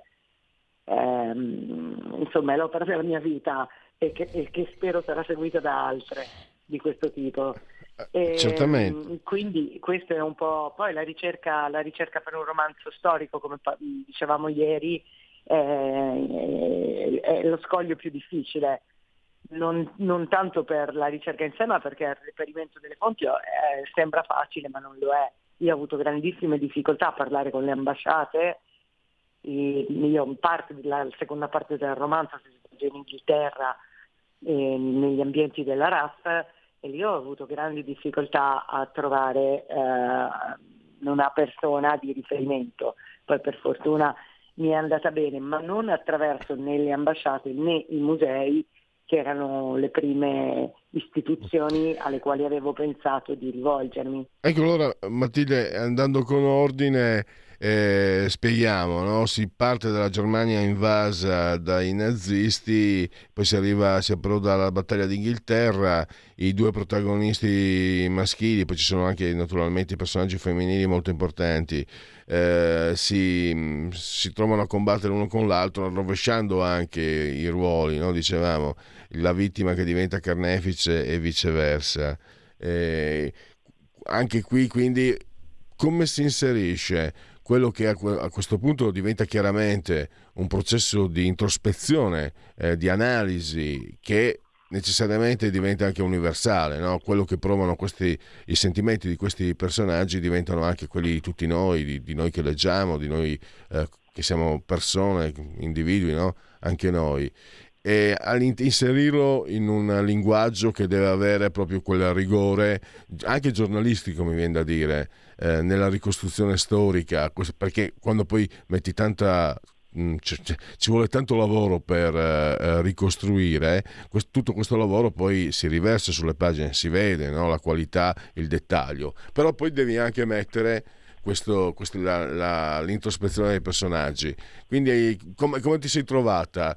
ehm, insomma è l'opera della mia vita e che, e che spero sarà seguita da altre di questo tipo. E, certamente. Quindi questo è un po' poi la ricerca, la ricerca per un romanzo storico, come dicevamo ieri, è, è, è lo scoglio più difficile. Non, non tanto per la ricerca in sé, ma perché il reperimento delle fonti eh, sembra facile, ma non lo è. Io ho avuto grandissime difficoltà a parlare con le ambasciate. E io parte della seconda parte del romanzo si svolge in Inghilterra, eh, negli ambienti della R A F, e lì ho avuto grandi difficoltà a trovare eh, una persona di riferimento. Poi per fortuna mi è andata bene, ma non attraverso né le ambasciate né i musei, che erano le prime istituzioni alle quali avevo pensato di rivolgermi. Ecco, allora Matilde, andando con ordine, eh, spieghiamo, no? Si parte dalla Germania invasa dai nazisti, poi si arriva, si approda alla battaglia d'Inghilterra, i due protagonisti maschili, poi ci sono anche naturalmente i personaggi femminili molto importanti, eh, si, si trovano a combattere l'uno con l'altro, rovesciando anche i ruoli, no? Dicevamo, la vittima che diventa carnefice e viceversa. Eh, anche qui quindi come si inserisce quello che a questo punto diventa chiaramente un processo di introspezione, eh, di analisi, che necessariamente diventa anche universale, no? Quello che provano questi, i sentimenti di questi personaggi diventano anche quelli di tutti noi, di, di noi che leggiamo, di noi eh, che siamo persone, individui, no? Anche noi. E inserirlo in un linguaggio che deve avere proprio quel rigore anche giornalistico, mi viene da dire, eh, nella ricostruzione storica, perché quando poi metti tanta mh, c- c- ci vuole tanto lavoro per eh, ricostruire, questo, tutto questo lavoro poi si riversa sulle pagine, si vede, no? La qualità, il dettaglio, però poi devi anche mettere questo, questo, la, la, l'introspezione dei personaggi. Quindi come, come ti sei trovata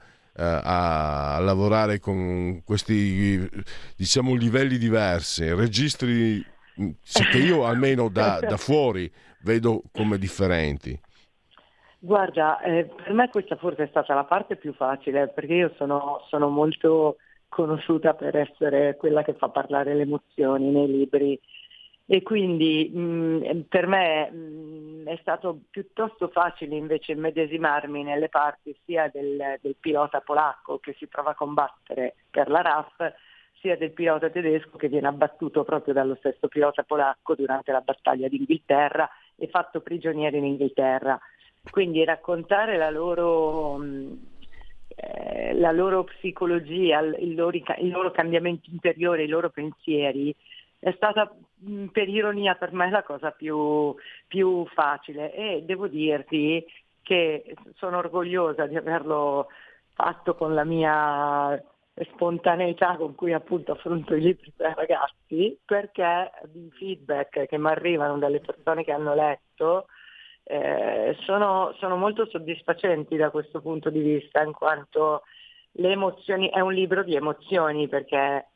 a lavorare con questi, diciamo, livelli diversi, registri che io almeno da, da fuori vedo come differenti? Guarda, eh, per me questa forse è stata la parte più facile, perché io sono, sono molto conosciuta per essere quella che fa parlare le emozioni nei libri, e quindi mh, per me mh, è stato piuttosto facile invece immedesimarmi nelle parti sia del, del pilota polacco che si trova a combattere per la R A F, sia del pilota tedesco che viene abbattuto proprio dallo stesso pilota polacco durante la battaglia d'Inghilterra e fatto prigioniero in Inghilterra. Quindi raccontare la loro, mh, eh, la loro psicologia, il loro, i loro cambiamenti interiori, i loro pensieri, è stata per ironia per me la cosa più, più facile, e devo dirti che sono orgogliosa di averlo fatto con la mia spontaneità con cui appunto affronto i libri per ragazzi, perché i feedback che mi arrivano dalle persone che hanno letto eh, sono, sono molto soddisfacenti da questo punto di vista, in quanto le emozioni, è un libro di emozioni, perché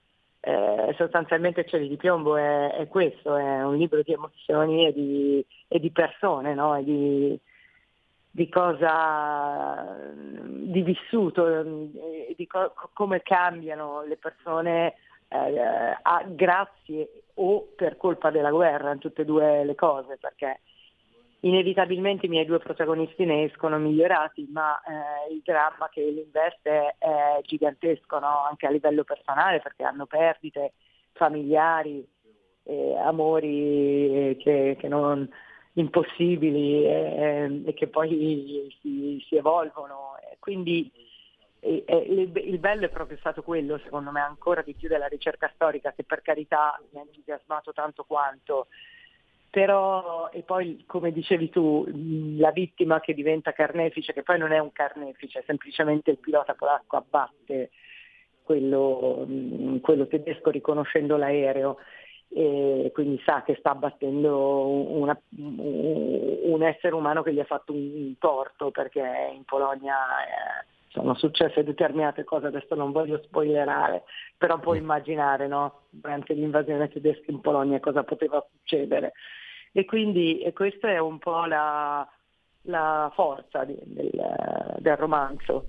eh, sostanzialmente Cieli di piombo è, è questo, è un libro di emozioni e di, e di persone, no? E di, di cosa, di vissuto, e di co- come cambiano le persone eh, a, grazie o per colpa della guerra, in tutte e due le cose, perché inevitabilmente i miei due protagonisti ne escono migliorati, ma eh, il dramma che li investe è gigantesco, no? Anche a livello personale, perché hanno perdite familiari, eh, amori eh, che, che non impossibili eh, e che poi si, si evolvono. Quindi eh, eh, il bello è proprio stato quello, secondo me, ancora di più della ricerca storica, che per carità mi ha entusiasmato tanto quanto. Però, e poi come dicevi tu, la vittima che diventa carnefice, che poi non è un carnefice, semplicemente il pilota polacco abbatte quello, quello tedesco riconoscendo l'aereo, e quindi sa che sta abbattendo una, un essere umano che gli ha fatto un torto, perché in Polonia eh, sono successe determinate cose, adesso non voglio spoilerare, però puoi immaginare, no? Durante l'invasione tedesca in Polonia cosa poteva succedere. E quindi e questa è un po' la, la forza di, del, del romanzo.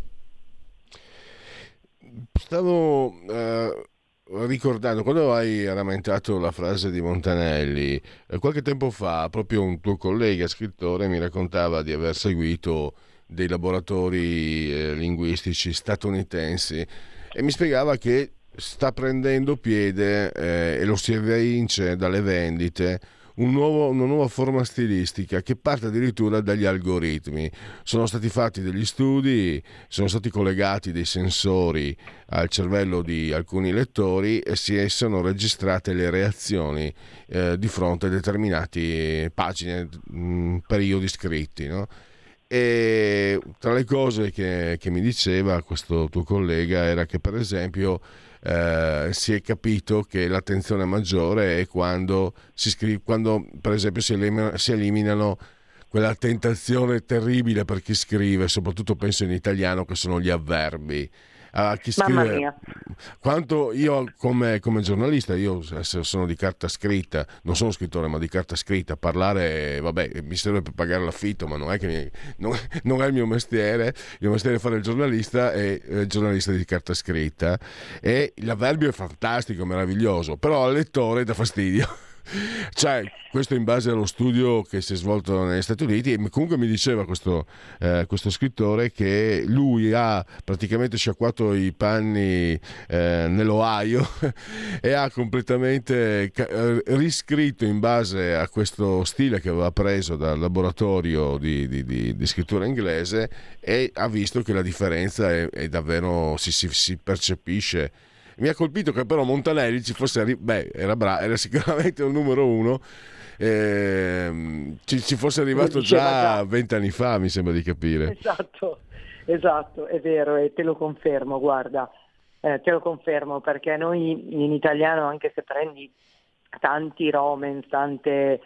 Stavo eh, ricordando, quando hai rammentato la frase di Montanelli, eh, qualche tempo fa proprio un tuo collega scrittore mi raccontava di aver seguito dei laboratori eh, linguistici statunitensi e mi spiegava che sta prendendo piede eh, e lo si evince dalle vendite Un nuovo, una nuova forma stilistica che parte addirittura dagli algoritmi. Sono stati fatti degli studi, sono stati collegati dei sensori al cervello di alcuni lettori e si sono registrate le reazioni eh, di fronte a determinate pagine, mh, periodi scritti, no? E tra le cose che, che mi diceva questo tuo collega era che, per esempio, Eh, si è capito che l'attenzione maggiore è quando si scrive, quando per esempio si, elimina, si eliminano quella tentazione terribile per chi scrive, soprattutto penso in italiano, che sono gli avverbi. A chi Mamma scrive, mia. quanto io come, come giornalista, io sono di carta scritta, non sono scrittore ma di carta scritta, parlare, vabbè, mi serve per pagare l'affitto, ma non è che mi, non, non è il mio mestiere. Il mio mestiere è fare il giornalista e il giornalista di carta scritta, e l'avverbio è fantastico, meraviglioso, però al lettore dà fastidio. Cioè, questo in base allo studio che si è svolto negli Stati Uniti. E comunque mi diceva questo, eh, questo scrittore che lui ha praticamente sciacquato i panni eh, nell'Ohio e ha completamente ca- riscritto in base a questo stile che aveva preso dal laboratorio di, di, di, di scrittura inglese, e ha visto che la differenza è, è davvero si, si, si percepisce. Mi ha colpito che però Montanelli ci fosse arri- beh, era bravo, era sicuramente un numero uno, eh, ci, ci fosse arrivato già vent'anni fa, mi sembra di capire. Esatto, esatto, è vero, e te lo confermo, guarda, eh, te lo confermo, perché noi in italiano, anche se prendi tanti romance, tante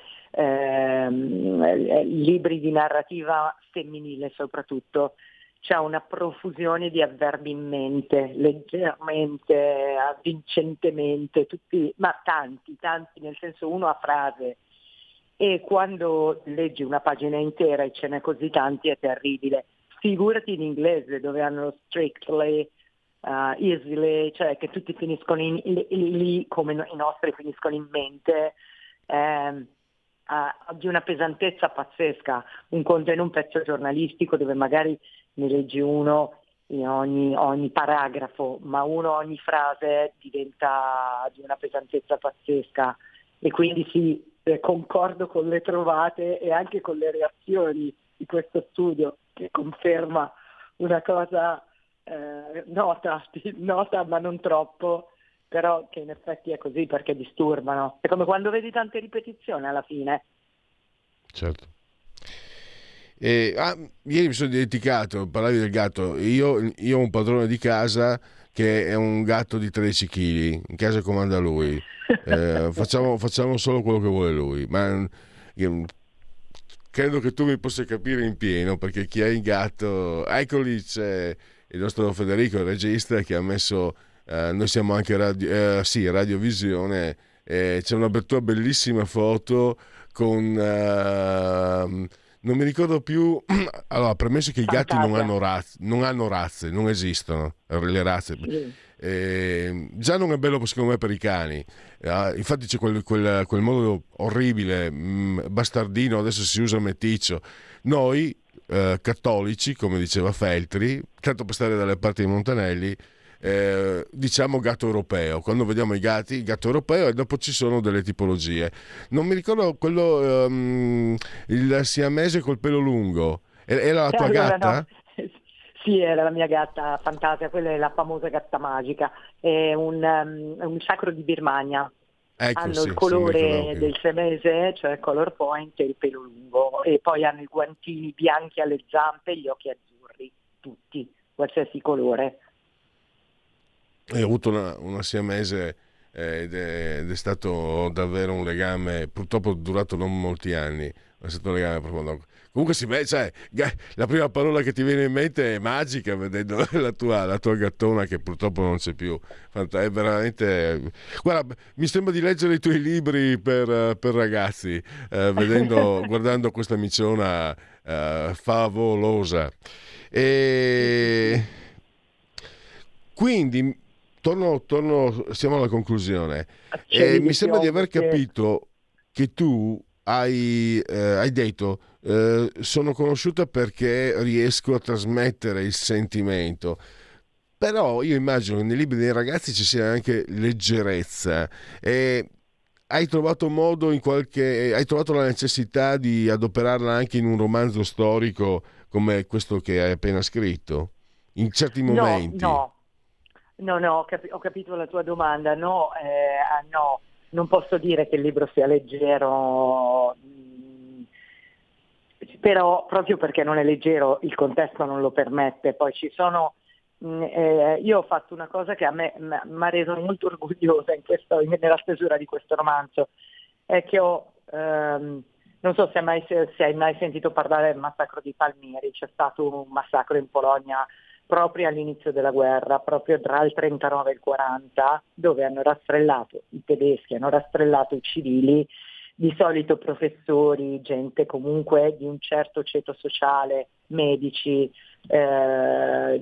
eh, libri di narrativa femminile soprattutto, c'è una profusione di avverbi in mente, leggermente, avvincentemente, tutti, ma tanti, tanti, nel senso uno a frase, e quando leggi una pagina intera e ce n'è così tanti è terribile. Figurati in inglese, dove hanno strictly, uh, easily, cioè che tutti finiscono in, lì, lì come i nostri finiscono in mente, ehm, uh, di una pesantezza pazzesca. Un conto in un pezzo giornalistico dove magari ne leggi uno in ogni, ogni paragrafo, ma uno ogni frase diventa di una pesantezza pazzesca. E quindi sì, eh, concordo con le trovate e anche con le reazioni di questo studio, che conferma una cosa eh, nota, nota ma non troppo, però che in effetti è così, perché disturbano. È come quando vedi tante ripetizioni alla fine. Certo. E, ah, ieri mi sono dimenticato, parlavi del gatto. Io, io ho un padrone di casa che è un gatto di tredici chili, in casa comanda lui. Eh, facciamo, facciamo solo quello che vuole lui, ma io, credo che tu mi possa capire in pieno, perché chi ha il gatto, ecco lì c'è il nostro Federico, il regista, che ha messo eh, noi siamo anche radio, eh, sì, radiovisione, eh, c'è una tua bellissima foto con uh, non mi ricordo più. Allora, premesso che i gatti non hanno razze, non hanno razze, non esistono le razze. Sì. Eh, già non è bello secondo me per i cani. Eh, infatti c'è quel, quel, quel modo orribile, mh, bastardino, adesso si usa meticcio. Noi eh, cattolici, come diceva Feltri, tanto per stare dalle parti di Montanelli, Eh, diciamo gatto europeo. Quando vediamo i gatti, il gatto europeo, e dopo ci sono delle tipologie. Non mi ricordo quello, um, il siamese col pelo lungo. Era la tua allora, gatta? No. Sì, era la mia gatta fantasia, quella è la famosa gatta magica. È un, um, un sacro di Birmania. Ecco, hanno sì, il colore sì, del siamese, cioè il color point, e il pelo lungo, e poi hanno i guantini bianchi alle zampe e gli occhi azzurri, tutti, qualsiasi colore. Ho avuto una, una siamese eh, ed, è, ed è stato davvero un legame, purtroppo durato non molti anni, è stato un legame profondo. Comunque si vede, cioè, la prima parola che ti viene in mente è magica, vedendo la tua, la tua gattona che purtroppo non c'è più. È veramente... Guarda, mi sembra di leggere i tuoi libri per, per ragazzi, eh, vedendo, guardando questa miciona eh, favolosa. E quindi... Torno, torno, siamo alla conclusione. Eh, mi sembra di aver capito che tu hai, eh, hai detto eh, sono conosciuta perché riesco a trasmettere il sentimento. Però io immagino che nei libri dei ragazzi ci sia anche leggerezza. E hai trovato modo in qualche, hai trovato la necessità di adoperarla anche in un romanzo storico come questo che hai appena scritto? In certi momenti? No, no. No, no, ho, capi- ho capito la tua domanda. No, eh, no, non posso dire che il libro sia leggero, mh, però proprio perché non è leggero il contesto non lo permette. Poi ci sono, mh, eh, io ho fatto una cosa che a me mi ha reso molto orgogliosa in questo, nella stesura di questo romanzo, è che ho, ehm, non so se hai, mai, se hai mai sentito parlare del massacro di Palmiri. C'è stato un massacro in Polonia proprio all'inizio della guerra, proprio tra il trentanove e il quaranta, dove hanno rastrellato i tedeschi, hanno rastrellato i civili, di solito professori, gente comunque di un certo ceto sociale, medici, eh,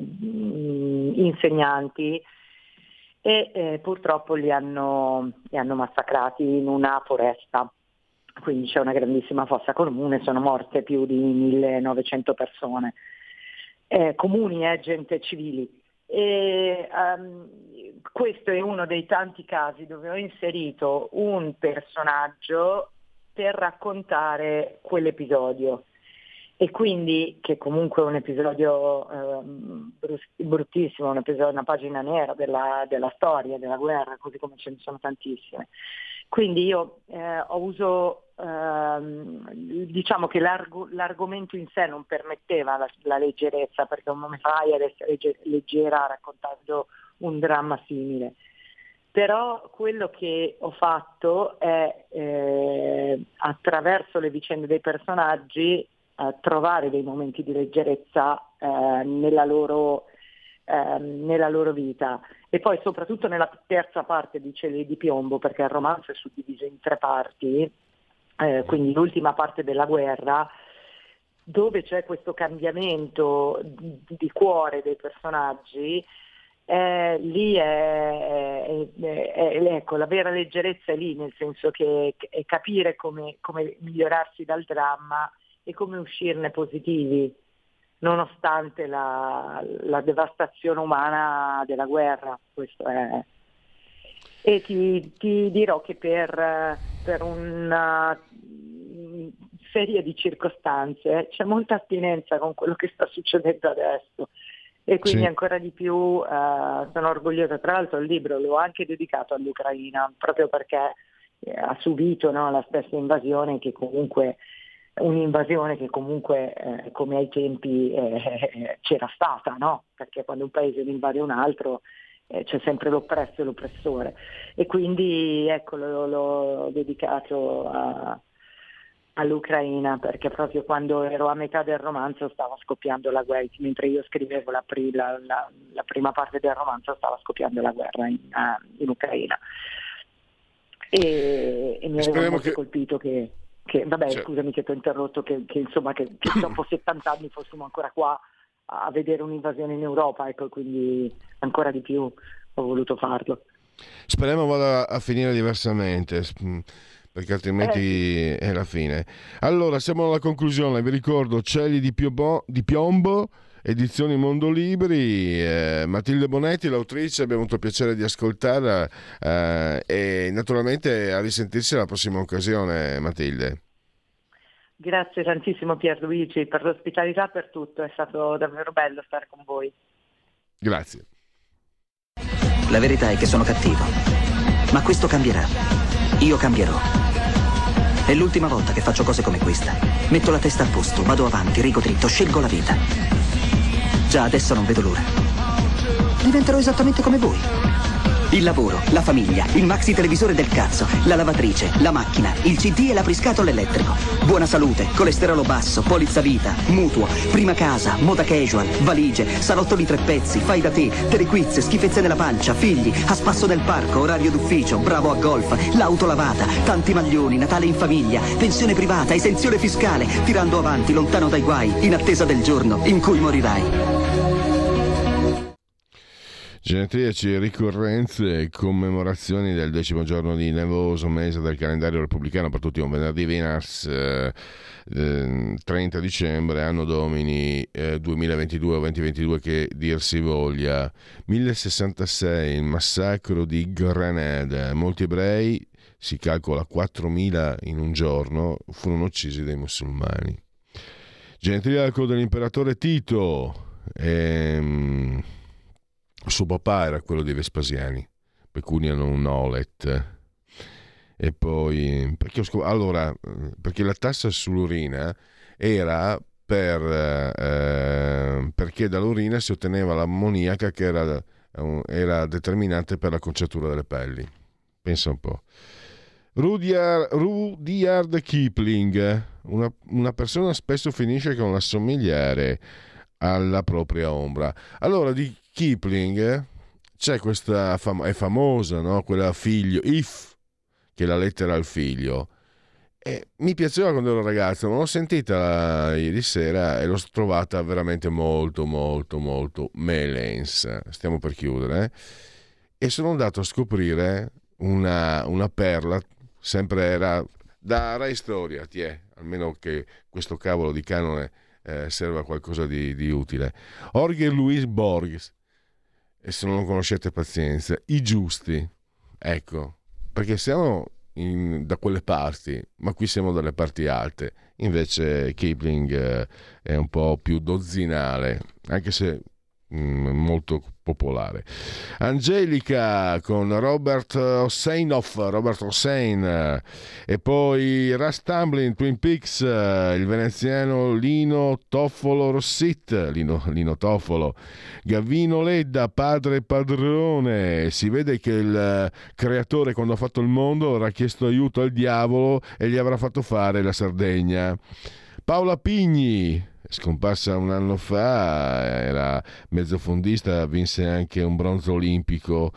insegnanti, e eh, purtroppo li hanno, li hanno massacrati in una foresta. Quindi c'è una grandissima fossa comune, sono morte più di millenovecento persone. Eh, comuni, eh, gente civili. E, um, questo è uno dei tanti casi dove ho inserito un personaggio per raccontare quell'episodio, e quindi che comunque è un episodio um, bruttissimo, un episodio, una pagina nera della, della storia, della guerra, così come ce ne sono tantissime. Quindi io eh, ho uso, ehm, diciamo che l'arg- l'argomento in sé non permetteva la, la leggerezza, perché come fai ad essere legge- leggera raccontando un dramma simile. Però quello che ho fatto è, eh, attraverso le vicende dei personaggi, eh, trovare dei momenti di leggerezza eh, nella loro... nella loro vita, e poi soprattutto nella terza parte di Cieli di piombo, perché il romanzo è suddiviso in tre parti, eh, quindi l'ultima parte della guerra, dove c'è questo cambiamento di, di cuore dei personaggi, eh, lì è, è, è, è, ecco, la vera leggerezza è lì, nel senso che è capire come, come migliorarsi dal dramma e come uscirne positivi, nonostante la, la devastazione umana della guerra. Questo è. E ti, ti dirò che per, per una serie di circostanze c'è molta attinenza con quello che sta succedendo adesso, e quindi sì, ancora di più uh, sono orgogliosa. Tra l'altro il libro l'ho anche dedicato all'Ucraina, proprio perché eh, ha subito, no, la stessa invasione, che comunque un'invasione che comunque eh, come ai tempi eh, c'era stata, no? Perché quando un paese ne invade un altro eh, c'è sempre l'oppresso e l'oppressore, e quindi ecco l'ho, l'ho dedicato a, all'Ucraina, perché proprio quando ero a metà del romanzo stava scoppiando la guerra, mentre io scrivevo la, pri- la, la, la prima parte del romanzo stava scoppiando la guerra in, uh, in Ucraina. E, e mi aveva molto che... colpito che, che vabbè cioè... scusami che ti ho interrotto, che, che insomma che, che dopo settanta anni fossimo ancora qua a vedere un'invasione in Europa, ecco, quindi ancora di più ho voluto farlo. Speriamo vada a finire diversamente, perché altrimenti eh. è la fine. Allora, siamo alla conclusione. Vi ricordo Cieli di, Piombo, di Piombo, Edizioni Mondo Libri. eh, Matilde Bonetti, l'autrice, abbiamo avuto il piacere di ascoltarla eh, e naturalmente a risentirsi alla prossima occasione, Matilde. Grazie tantissimo Pierluigi per l'ospitalità, per tutto, è stato davvero bello stare con voi. Grazie. La verità è che sono cattivo, ma questo cambierà. Io cambierò. È l'ultima volta che faccio cose come questa. Metto la testa a posto, vado avanti, rigo dritto, scelgo la vita. Già adesso non vedo l'ora. Diventerò esattamente come voi. Il lavoro, la famiglia, il maxi televisore del cazzo, la lavatrice, la macchina, il C D e l'apriscatole elettrico. Buona salute, colesterolo basso, polizza vita, mutuo, prima casa, moda casual, valigie, salotto di tre pezzi, fai da te, telequiz, schifezze nella pancia, figli, a spasso nel parco, orario d'ufficio, bravo a golf, l'auto lavata, tanti maglioni, Natale in famiglia, pensione privata, esenzione fiscale, tirando avanti, lontano dai guai, in attesa del giorno in cui morirai. Genetriaci, ricorrenze e commemorazioni del decimo giorno di nevoso mese del calendario repubblicano, per tutti un venerdì Venars eh, eh, trenta dicembre, anno domini eh, duemilaventidue o duemilaventidue che dir si voglia. mille sessantasei, il massacro di Grenada. Molti ebrei, si calcola quattromila in un giorno, furono uccisi dai musulmani. Genetriaco dell'imperatore Tito. Ehm... Suo papà era quello dei Vespasiani, Pecunia non olet. E poi perché, allora, perché la tassa sull'urina era per eh, perché dall'urina si otteneva l'ammoniaca che era, era determinante per la conciatura delle pelli. Pensa un po'. Rudyard, Rudyard Kipling, una, una persona spesso finisce con l'assomigliare alla propria ombra. Allora di Kipling c'è questa fam- è famosa, no? Quella figlio, if, che è la lettera al figlio, e mi piaceva quando ero ragazzo, ma l'ho sentita ieri sera e l'ho trovata veramente molto molto molto melens. Stiamo per chiudere eh? E sono andato a scoprire una, una perla, sempre era da Rai Storia, ti è, almeno che questo cavolo di canone eh, serva a qualcosa di, di utile. Jorge Luis Borges, e se non lo conoscete pazienza, I Giusti, ecco, perché siamo in, da quelle parti, ma qui siamo dalle parti alte, invece Kipling eh, è un po' più dozzinale, anche se mh, molto popolare. Angelica con Robert Hosseinoff, Robert Hossein, e poi Russ Tamblyn, Twin Peaks, il veneziano Lino Toffolo Rossit, Lino, Lino Toffolo, Gavino Ledda, Padre Padrone. Si vede che il creatore, quando ha fatto il mondo, avrà chiesto aiuto al diavolo e gli avrà fatto fare la Sardegna. Paola Pigni, scomparsa un anno fa, era mezzofondista, vinse anche un bronzo olimpico.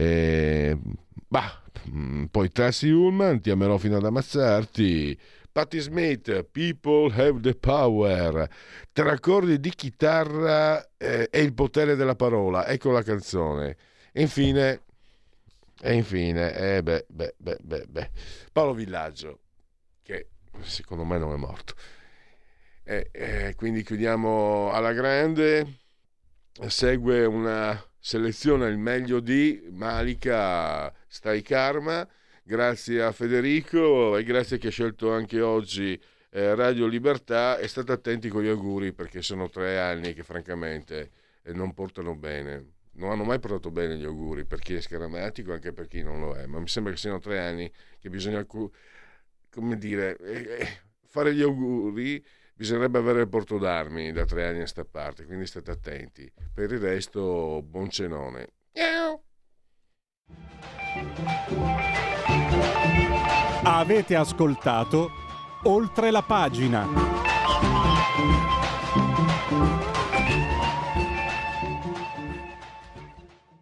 E, bah, poi Tracy Ullman, Ti amerò fino ad ammazzarti. Patti Smith, People Have the Power. Tre accordi di chitarra eh, e il potere della parola. Ecco la canzone. E infine, e infine, eh beh, beh, beh, beh, beh, Paolo Villaggio, che secondo me non è morto. E, e quindi chiudiamo alla grande. Segue una selezione il meglio di Malika Stai Karma. Grazie a Federico e grazie che ha scelto anche oggi eh, Radio Libertà, e state attenti con gli auguri, perché sono tre anni che francamente eh, non portano bene, non hanno mai portato bene gli auguri per chi è scarammatico, anche per chi non lo è, ma mi sembra che siano tre anni che bisogna, come dire, eh, fare gli auguri. Bisognerebbe avere il porto d'armi da tre anni a sta parte, quindi state attenti. Per il resto, buon cenone. Avete ascoltato Oltre la pagina.